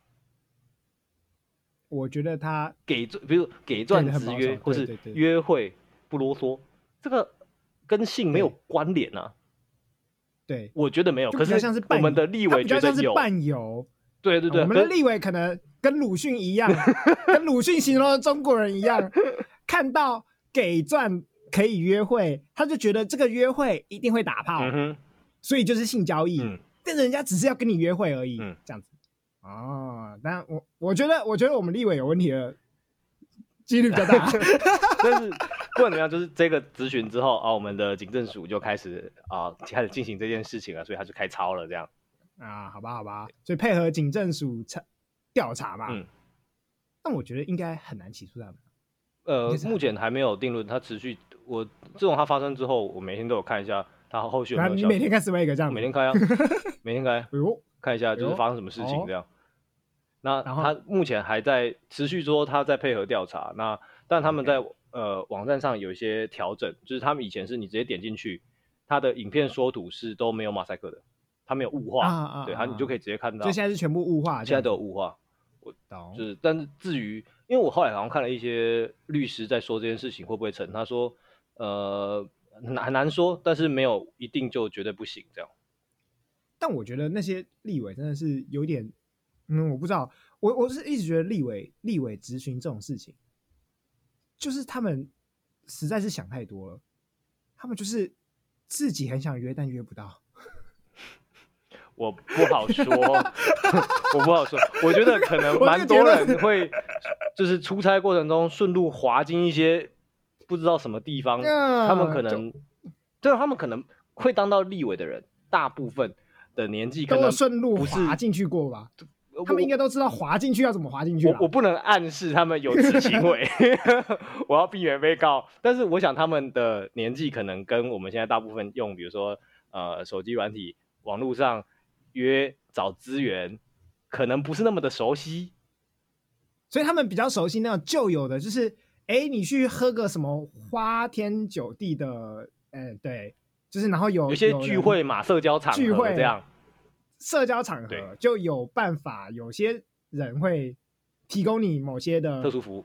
我觉得他比如给赚直约或是约会不啰嗦，这个跟性没有关联啊。 对， 我觉得没有。可是我们的立委觉得有伴游。 对， 我们的立委可能跟鲁迅一样，跟鲁迅形容的中国人一样，看到给赚可以约会，他就觉得这个约会一定会打炮，所以就是性交易。但人家只是要跟你约会而已，这样子。但我觉得我们立委有问题的几率比较大。 但是不管怎么样，就是这个质询之后我们的警政署就开始进行这件事情了，所以他就开抄了这样。 好吧，所以配合警政署调查嘛。但我觉得应该很难起诉他们。 目前还没有定论，他持续自从他发生之后，我每天都有看一下他后续有没有消息。 你每天看Swag这样子？ 每天开啊，每天开。看一下就是发生什么事情这样。那他目前还在持续说他在配合调查，但他们在网站上有一些调整，就是他们以前是你直接点进去，他的影片缩图是都没有马赛克的，他没有雾化，对，你就可以直接看到。 所以现在是全部雾化， 现在都有雾化。但是至于，因为我后来好像看了一些律师在说这件事情会不会成，他说很难说，但是没有一定就绝对不行这样。 但我觉得那些立委真的是有点，我不知道，我是一直觉得立委质询这种事情，就是他们实在是想太多了，他们就是自己很想约，但约不到。 我不好说，我不好说。我觉得可能蛮多人会，就是出差过程中顺路滑进一些不知道什么地方，他们可能会当到立委的人，大部分的年纪可能顺路滑进去过吧？他们应该都知道滑进去要怎么滑进去。 我不能暗示他们有此行为，我要避免被告。但是我想他们的年纪可能跟我们现在大部分用，比如说手机软体、网络上约找资源，可能不是那么的熟悉， 所以他们比较熟悉那种旧有的，就是你去喝个什么花天酒地的，对，就是然后有些聚会嘛，社交场合这样。 社交场合就有办法，有些人会提供你某些的特殊服务。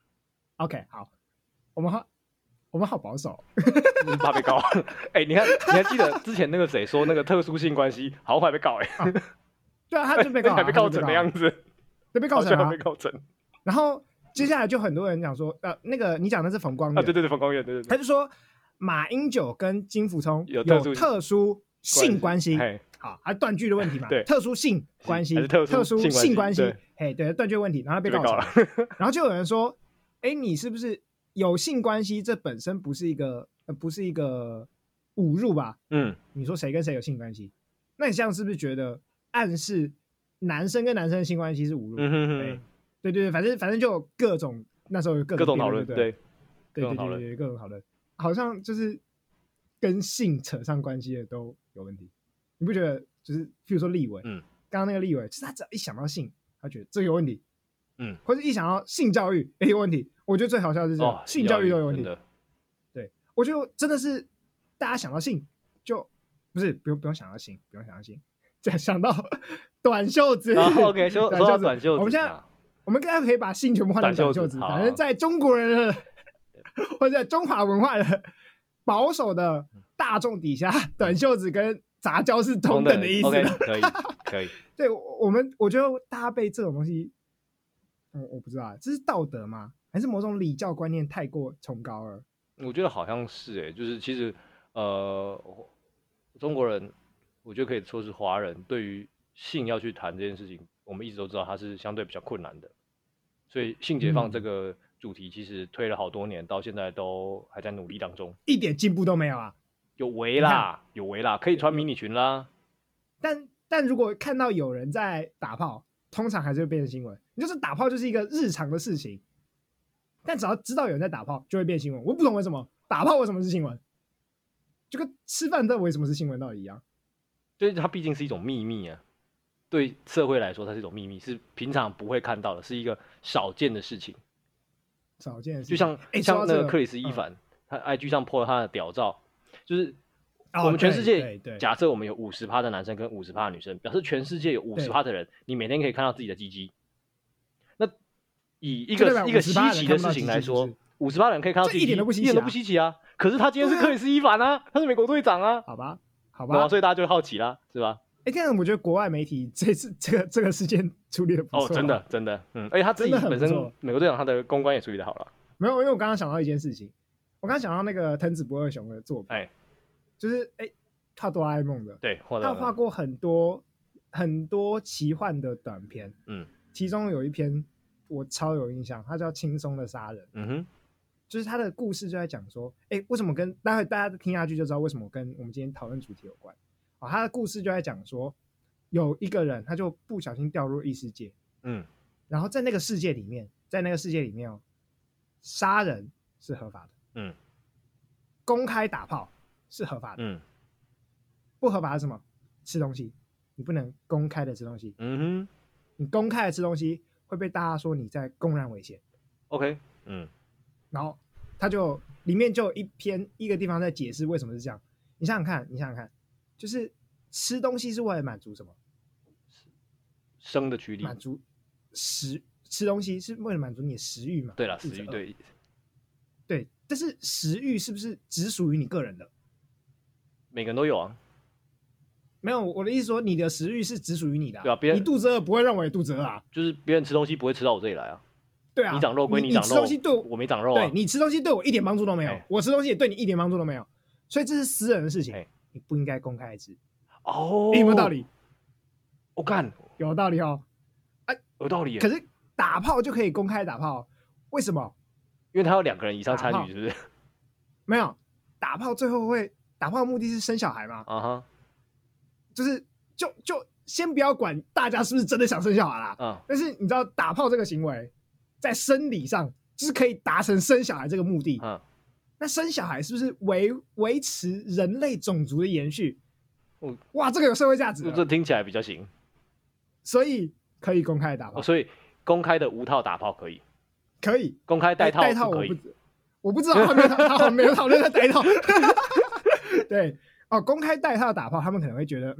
OK， 好，我们好保守， 怕被告。你还记得之前那个谁说那个特殊性关系，好像还被告对啊，他就被告， 还被告成的样子， 就被告成啊，被告成。 然后接下来就很多人讲说，那个你讲的是冯光远对，冯光远，对， 他就说马英九跟金溥聪有特殊性关系。好，还断句的问题嘛？ 对， 特殊性关系， 特殊性关系，对，断句问题，然后被告了。然后就有人说，你是不是有性关系？这本身不是一个侮辱吧？你说谁跟谁有性关系？那你这样是不是觉得暗示男生跟男生的性关系是侮辱？对，反正就有各种，那时候有各种讨论，对， 各种讨论，好像就是跟性扯上关系的都有问题。你不觉得就是譬如说立委，刚刚那个立委，就是他只要一想到性，他觉得这个有问题，或者一想到性教育也有问题。我觉得最好笑的是这样，性教育都有问题。对，我觉得真的是大家想到性就不用想到性，不用想到性，再想到短袖子。 OK， 说到短袖子， 我们可以把性全部换成短袖子，反正在中国人的或者在中华文化的保守的大众底下，短袖子跟杂交是同等的意思。 可以。 对，我觉得大家被这种东西，我不知道，这是道德吗？还是某种礼教观念太过崇高了？ 我觉得好像是就是其实中国人，我觉得可以说是华人对于性要去谈这件事情，我们一直都知道它是相对比较困难的，所以性解放这个主题其实推了好多年，到现在都还在努力当中， 一点进步都没有啊。 有为啦，可以穿迷你裙啦。 但如果看到有人在打炮，通常还是会变成新闻。你就是打炮就是一个日常的事情，但只要知道有人在打炮，就会变新闻。我不懂为什么打炮为什么是新闻，就跟吃饭这为什么是新闻道理一样。 就是它毕竟是一种秘密啊，对社会来说它是一种秘密，是平常不会看到的，是一个少见的事情。 少见的事情， 就像那个克里斯·伊凡，他 IG 上 po 了他的屌照，就是我们全世界，假设我们有50%的男生跟50%的女生，表示全世界有50%的人，你每天可以看到自己的鸡鸡。那以一个稀奇的事情来说，50%的人可以看到自己鸡鸡，一点都不稀奇啊。可是他今天是克里斯·伊凡啊，他是美国队长啊， 好吧， 所以大家就好奇啦，是吧？ 这样我觉得国外媒体这次这个事件处理的不错， 真的，而且他自己本身美国队长他的公关也处理的好了。 没有，因为我刚刚想到一件事情，我刚刚想到那个藤子不二雄的作品，就是画哆啦 A 梦的， 对， 他画过很多奇幻的短片，其中有一篇我超有印象，它叫《轻松的杀人》，就是他的故事就在讲说，为什么跟待会大家听下去就知道为什么跟我们今天讨论主题有关。他的故事就在讲说，有一个人他就不小心掉入异世界，然后在那个世界里面杀人是合法的，公开打炮是合法的，不合法是什么？吃东西，你不能公开的吃东西，你公开的吃东西会被大家说你在公然猥亵。 OK， 然后他就里面就有一个地方在解释为什么是这样。你想想看，就是吃东西是为了满足什么？ 生的驱力， 满足吃东西是为了满足你的食欲嘛？ 对了，食欲对，但是食欲是不是只属于你个人的？ 每个人都有啊。 没有，我的意思说，你的食欲是只属于你的， 对啊， 你肚子饿不会让我也肚子饿啊。 就是别人吃东西不会吃到我这里来啊。 对啊， 你长肉归你长肉， 你吃东西对我没长肉啊。 对，你吃东西对我一点帮助都没有，我吃东西也对你一点帮助都没有，所以这是私人的事情，你不应该公开吃。有没有道理？ 我干， 有道理哦。 有道理。 可是打炮就可以公开打炮，为什么？ 因为他有2个人以上参与，是不是？ 没有，打炮最后打炮的目的是生小孩嘛？就是就先不要管大家是不是真的想生小孩啦，但是你知道打炮这个行为在生理上就是可以达成生小孩这个目的，那生小孩是不是维持人类种族的延续？哇，这个有社会价值， 这听起来比较行， 所以可以公开打炮， 所以公开的无套打炮可以，公开带套不可以。 我不知道他们没有讨论在带套。对公开带套打炮，他们可能会觉得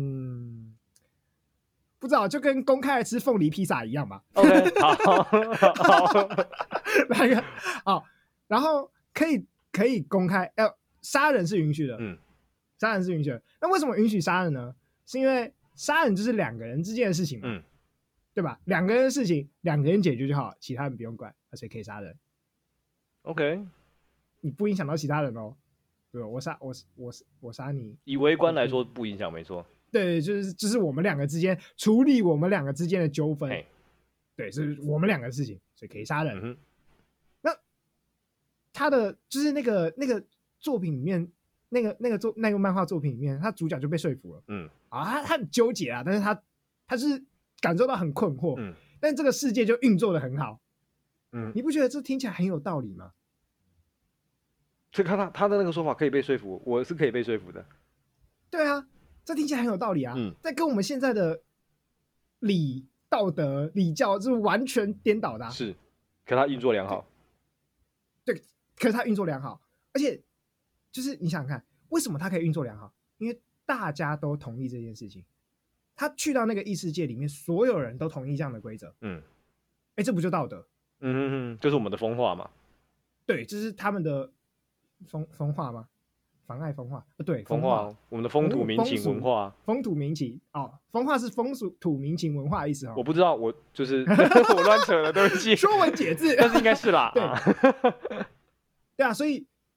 不知道，就跟公开的吃凤梨披萨一样吧。 OK， 好， 那个然后可以公开，杀人是允许的，杀人是允许的。那为什么允许杀人呢？是因为杀人就是2个人之间的事情嘛，对吧？2个人的事情2个人解决就好，其他人不用管，所以可以杀人。 OK， 你不影响到其他人哦。对，我杀你， 以微观来说不影响，没错。 对，就是我们2个之间处理我们2个之间的纠纷，对，是我们2个的事情，所以可以杀人。那他的就是那个作品里面，那个漫画作品里面，他主角就被说服了，他很纠结啊，但是他是感受到很困惑，但这个世界就运作的很好，你不觉得这听起来很有道理吗？ 所以他的那个说法可以被说服，我是可以被说服的。 对啊，这听起来很有道理啊，在跟我们现在的道德礼教是完全颠倒的， 是，可他运作良好。 对，可是他运作良好，而且就是你想想看，为什么他可以运作良好？因为大家都同意这件事情，他去到那个异世界里面，所有人都同意这样的规则，这不就道德？ 就是我们的风化嘛。 对，这是他们的风化吗？妨碍风化？对， 风化，我们的风土民情文化。 风土民情风化是风土民情文化的意思我不知道，我就是我乱扯了，对不起。 说文解字， 但是应该是啦。 对啊，所以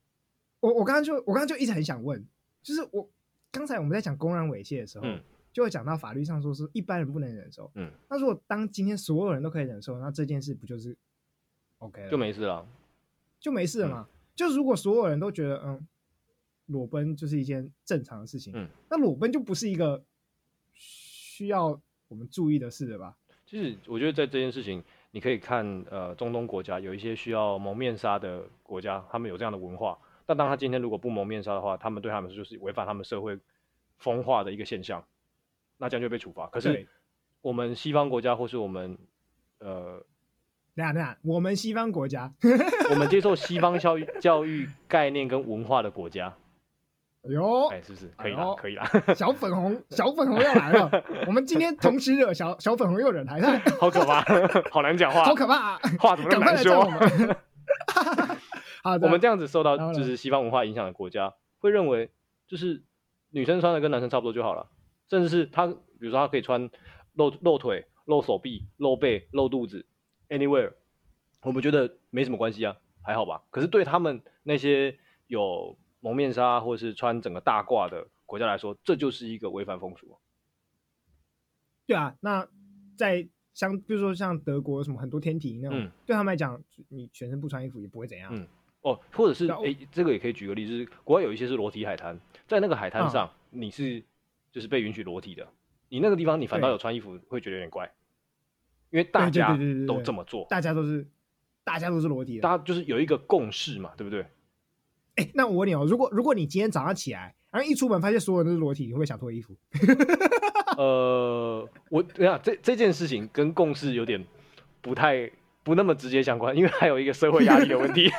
我刚刚就一直很想问，就是刚才我们在讲公然猥亵的时候，就会讲到法律上说是一般人不能忍受。那如果当今天所有人都可以忍受，那这件事不就是 OK 了？ 就没事了， 就没事了嘛。就如果所有人都觉得裸奔就是一件正常的事情，那裸奔就不是一个需要我们注意的事了吧？ 其实我觉得在这件事情，你可以看中东国家有一些需要蒙面纱的国家，他们有这样的文化。但当他今天如果不蒙面纱的话，他们对他们就是违反他们社会风化的一个现象，那这样就被处罚。可是我们西方国家或是我们我们西方国家， 我们接受西方教育概念跟文化的国家。是不是可以啦？可以啦！ 小粉红要来了。我们今天同时惹小粉红又惹台菜， 好可怕，好难讲话， 好可怕， 话怎么那么难说？ 好的， 我们这样子受到就是西方文化影响的国家，会认为就是女生穿的跟男生差不多就好了，甚至是他，比如说他可以穿露腿、露手臂、露背、露肚子 ，anywhere， 我们觉得没什么关系啊，还好吧。可是对他们那些有蒙面纱或者是穿整个大褂的国家来说，这就是一个违反风俗。 对啊，那比如说像德国什么很多天体那种，对他们来讲，你全身不穿衣服也不会怎样。 或者是这个也可以举个例子，就是国外有一些是裸体海滩，在那个海滩上，你是就是被允许裸体的，你那个地方你反倒有穿衣服，会觉得有点怪，因为大家都这么做， 大家都是裸体的， 大家就是有一个共识嘛，对不对？ 那我问你如果你今天早上起来，然后一出门发现所有人都是裸体，你会不会想脱衣服？ 这件事情跟共识有点不那么直接相关，因为还有一个社会压力的问题，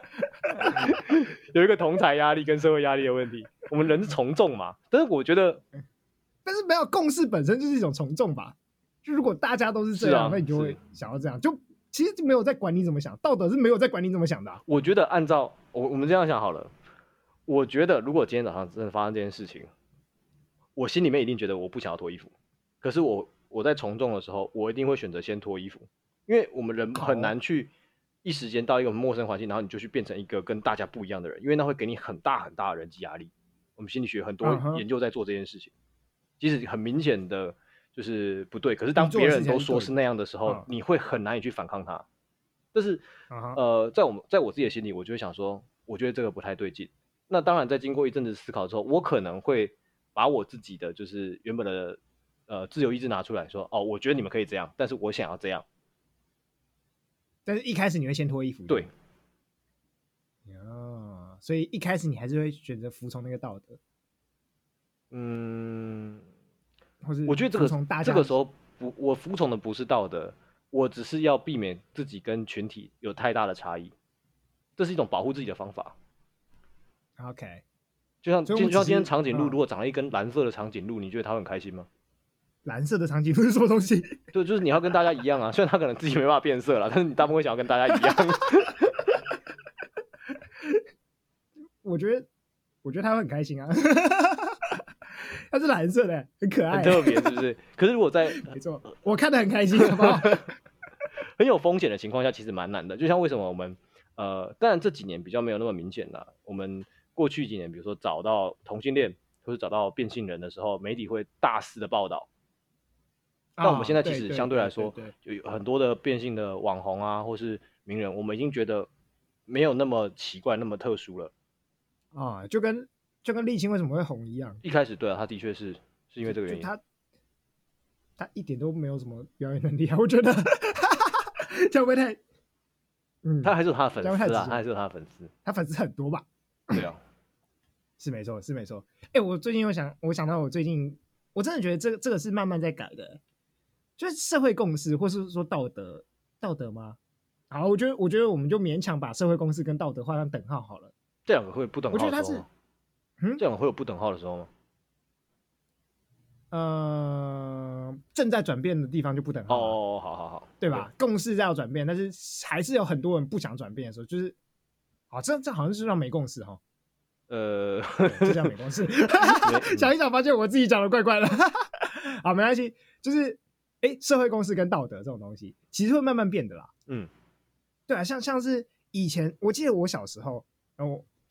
有一个同侪压力跟社会压力的问题。我们人是从众嘛，但是我觉得， 但是没有共识本身就是一种从众吧。就如果大家都是这样，那你就会想要这样，就其实就没有在管你怎么想，道德是没有在管你怎么想的。 我觉得按照我们这样想好了，我觉得如果今天早上真的发生这件事情，我心里面一定觉得我不想要脱衣服，可是我在从众的时候，我一定会选择先脱衣服，因为我们人很难去一时间到一个陌生环境，然后你就去变成一个跟大家不一样的人，因为那会给你很大很大的人际压力。我们心理学很多研究在做这件事情，即使很明显的就是不对，可是当别人都说是那样的时候，你会很难以去反抗它。但是在我自己的心里，我就会想说，我觉得这个不太对劲。那当然，在经过一阵子思考之后，我可能会把我自己的就是原本的自由意志拿出来说，我觉得你们可以这样，但是我想要这样。 但是一开始你会先脱衣服， 对。 所以一开始你还是会选择服从那个道德。或是我觉得这个时候我服从的不是道德，我只是要避免自己跟群体有太大的差异，这是一种保护自己的方法。 OK， 就像今天长颈鹿如果长了一根蓝色的长颈鹿，你觉得它会很开心吗？ 蓝色的长颈鹿是什么东西？ 对，就是你要跟大家一样啊，虽然它可能自己没办法变色了，但是你大部分会想要跟大家一样。 我觉得它会很开心啊。它是蓝色的，很可爱， 很特别，是不是？可是如果没错，我看得很开心，好不好？ 很有风险的情况下，其实蛮难的。就像为什么我们当然这几年比较没有那么明显了。我们过去几年，比如说找到同性恋或是找到变性人的时候，媒体会大肆的报道。那我们现在其实相对来说，就有很多的变性的网红啊，或是名人，我们已经觉得没有那么奇怪、那么特殊了。 就跟立青为什么会红一样。 一开始对啊，他的确是因为这个原因。 他一点都没有什么表演能力啊，我觉得。这样会太， 他还是有他的粉丝啊，他还是有他的粉丝， 他粉丝很多吧？ 对啊， 是没错，是没错。我最近我想到我最近，我真的觉得这个是慢慢在改的，就是社会共识，或是说道德吗？好，我觉得我们就勉强把社会共识跟道德画上等号好了。 这两个会不等号的时候吗？ 我觉得他是， 这两个会有不等号的时候吗？ 正在转变的地方就不等号。 好， 对吧？共识在要转变，但是还是有很多人不想转变的时候，就是，这好像是让没共识哈。这叫没共识。想一想，发现我自己讲的怪怪的。好，没关系，就是社会共识跟道德这种东西，其实会慢慢变的啦。对啊，像是以前，我记得我小时候，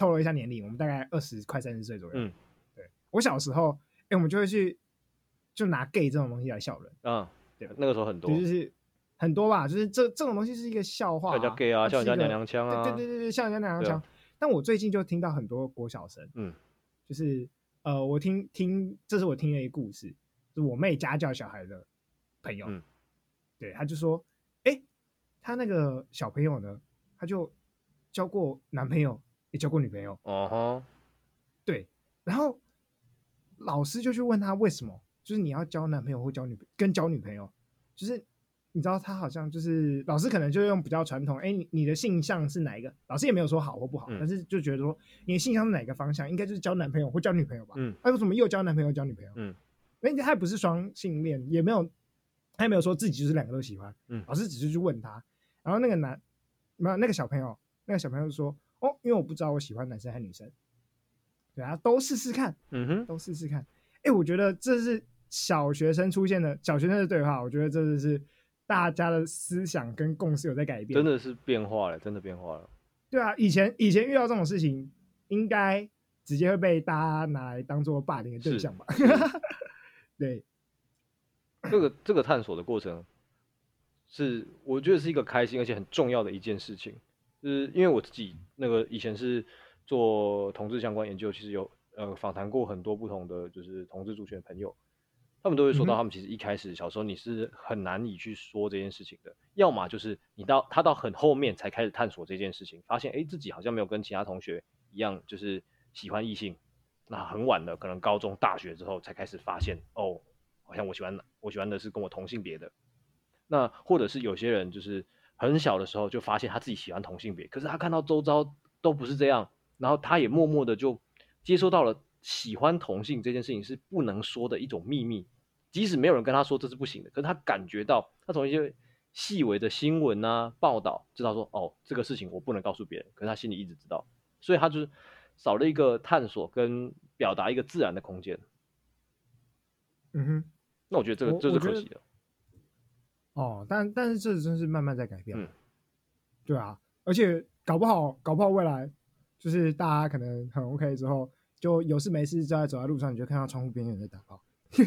透露一下年龄，我们大概20快30岁左右。对，我小时候，我们就会去就拿 gay 这种东西来笑人。 对，那个时候很多， 就是很多吧，就是这种东西是一个笑话， 叫人家 gay 啊，笑人家娘娘腔啊， 对，笑人家娘娘腔。但我最近就听到很多国小生，就是我听，这是我听的一个故事，就是我妹家教小孩的朋友，对，他就说，他那个小朋友呢，他就交过男朋友，也交过女朋友，对，然后老师就去问他为什么，就是你要交男朋友或交女朋友，就是你知道他好像就是老师可能就用比较传统，你的性向是哪一个？老师也没有说好或不好，但是就觉得说你的性向是哪个方向，应该就是交男朋友或交女朋友吧。他为什么又交男朋友又交女朋友？因为他也不是双性恋，他也没有说自己就是2个都喜欢。老师只是去问他，然后那个小朋友就说，因为我不知道我喜欢男生还是女生，对啊，都试试看，都试试看。我觉得这是小学生的对话，我觉得这是大家的思想跟共识有在改变， 真的是变化了，真的变化了。 对啊，以前遇到这种事情，应该直接会被大家拿来当做霸凌的对象吧？对， 这个探索的过程，我觉得是一个开心而且很重要的一件事情。就是因为我自己以前是做同志相关研究，其实有访谈过很多不同的就是同志族群的朋友。他们都会说到，他们其实一开始小时候你是很难以去说这件事情的，要么就是他到很后面才开始探索这件事情，发现自己好像没有跟其他同学一样，就是喜欢异性，那很晚的，可能高中、大学之后才开始发现，好像我喜欢的是跟我同性别的。那或者是有些人就是很小的时候就发现他自己喜欢同性别，可是他看到周遭都不是这样，然后他也默默的就接收到了喜欢同性这件事情是不能说的一种秘密，即使没有人跟他说这是不行的，可是他感觉到，他从一些细微的新闻啊报道知道说，这个事情我不能告诉别人，可是他心里一直知道，所以他就是少了一个探索跟表达一个自然的空间。那我觉得这是可惜的。 但是这真是慢慢在改变。对啊，而且搞不好未来就是大家可能很 OK 之后，就有事没事走在路上，你就看到窗户边有人在打炮。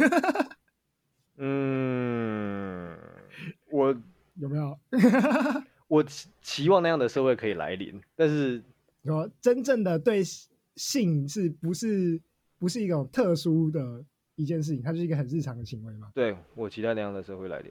我有没有？ 我期望那样的社会可以来临，但是真正的对性不是一种特殊的一件事情，它就是一个很日常的行为嘛。 对，我期待那样的社会来临。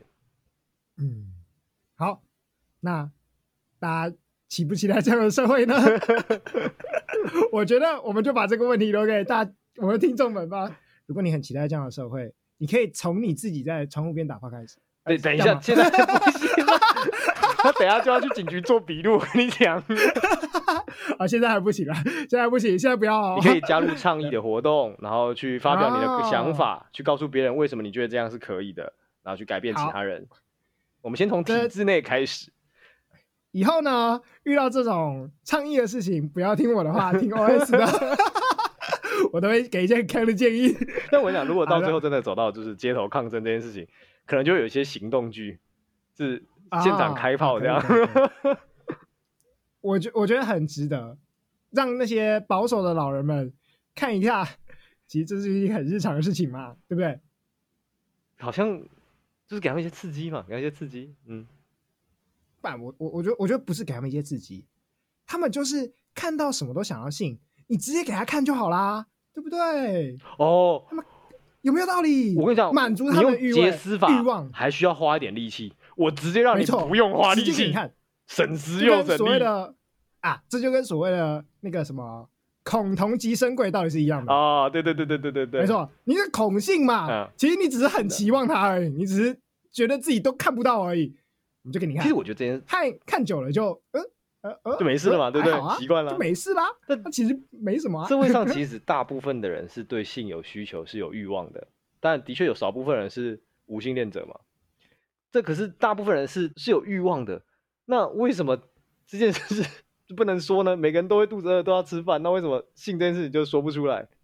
好，那大家期不期待这样的社会呢？我觉得我们就把这个问题留给我们的听众们吧。如果你很期待这样的社会，你可以从你自己在窗户边打炮开始。 等一下，现在不行了，他等一下就要去警局做笔录，我跟你讲。 现在还不行了，现在不行，现在不要。 你可以加入倡议的活动，然后去发表你的想法，去告诉别人为什么你觉得这样是可以的，然后去改变其他人。我们先从体制内开始。 以后呢，遇到这种倡议的事情，不要听我的话，听 OS 的。我都会给一些很强的建议。 但我想，如果到最后真的走到就是街头抗争这件事情，可能就有一些行动剧，是现场开炮这样。 我觉得很值得，让那些保守的老人们看一下，其实这是一个很日常的事情嘛，对不对？ 好像就是给他们一些刺激嘛，给他们一些刺激。 我觉得不是给他们一些刺激，他们就是看到什么都想要信，你直接给他看就好啦，对不对？他们有没有道理？ 我跟你讲， 满足他们的欲望还需要花一点力气，我直接让你不用花力气，省时又省力。 所谓的这就跟所谓的那个什么恐同即生贵道理是一样的对， 没错，你是恐性嘛，其实你只是很期望它而已，你只是觉得自己都看不到而已，我们就给你看。 其实我觉得这件看久了就就没事了嘛，对不对？习惯了就没事啦。但其实没什么。 社会上其实大部分的人是对性有需求、是有欲望的，但的确有少部分人是无性恋者嘛。这可是大部分人是有欲望的，那为什么这件事就不能说呢？每个人都会肚子饿，都要吃饭，那为什么性这件事情就说不出来？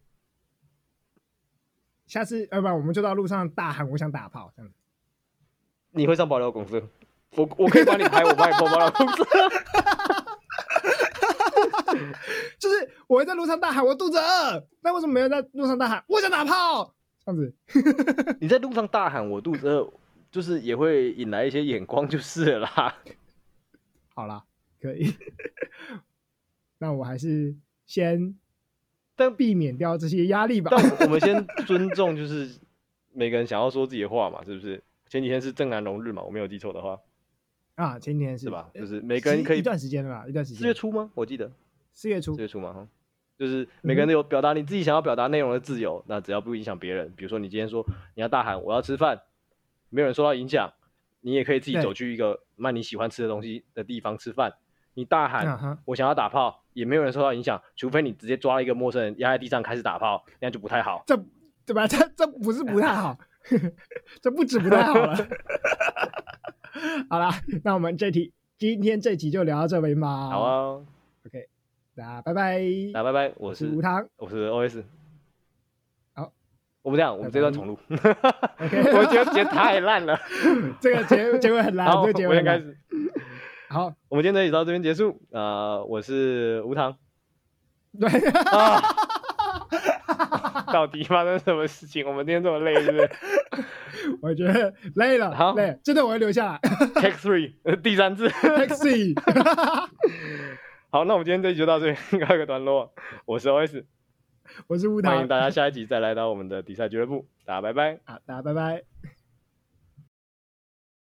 下次要不然我们就到路上大喊我想打炮这样子。 你会上爆料公司？我可以帮你拍，我帮你破爆料公司。 就是我会在路上大喊我肚子饿，但为什么没有在路上大喊我想打炮？这样子， 你在路上大喊我肚子饿，就是也会引来一些眼光，就是了啦。 好啦，可以。那我还是先避免掉这些压力吧。 但我们先尊重，就是每个人想要说自己的话嘛，是不是？前几天是郑南榕日嘛，我没有记错的话。 啊，前几天是吧？就是每个人可以一段时间了吧，一段时间。 4月初吗？我记得 4月初， 4月初嘛，就是每个人都有表达你自己想要表达内容的自由，那只要不影响别人。比如说你今天说你要大喊我要吃饭，没有人受到影响，你也可以自己走去一个卖你喜欢吃的东西的地方吃饭。你大喊我想要打炮，也没有人受到影响，除非你直接抓了一个陌生人压在地上开始打炮，那样就不太好。 这对吧？这不是不太好，这不止不太好了。好啦，那我们今天这集就聊到这边吧。 好啊 ，OK， 大家拜拜。 大家拜拜，我是无糖， 我是 OS。 好， 我们这样，我们这段重录。 OK， 我觉得太烂了， 这个结尾很烂。 好， 这个结尾很烂。 我先开始。 好， 我们今天这集到这边结束。我是无糖。 对。 到底发生什么事情？我们今天这么累，是不是？ 我觉得累了， 好， 累了，真的我会留下来。 Take 3，第3次。 Take 3。 好，那我们今天这集就到这边告一个段落。我是 OS， 我是无糖， 欢迎大家下一集再来到我们的比赛俱乐部。大家拜拜。 好，大家拜拜。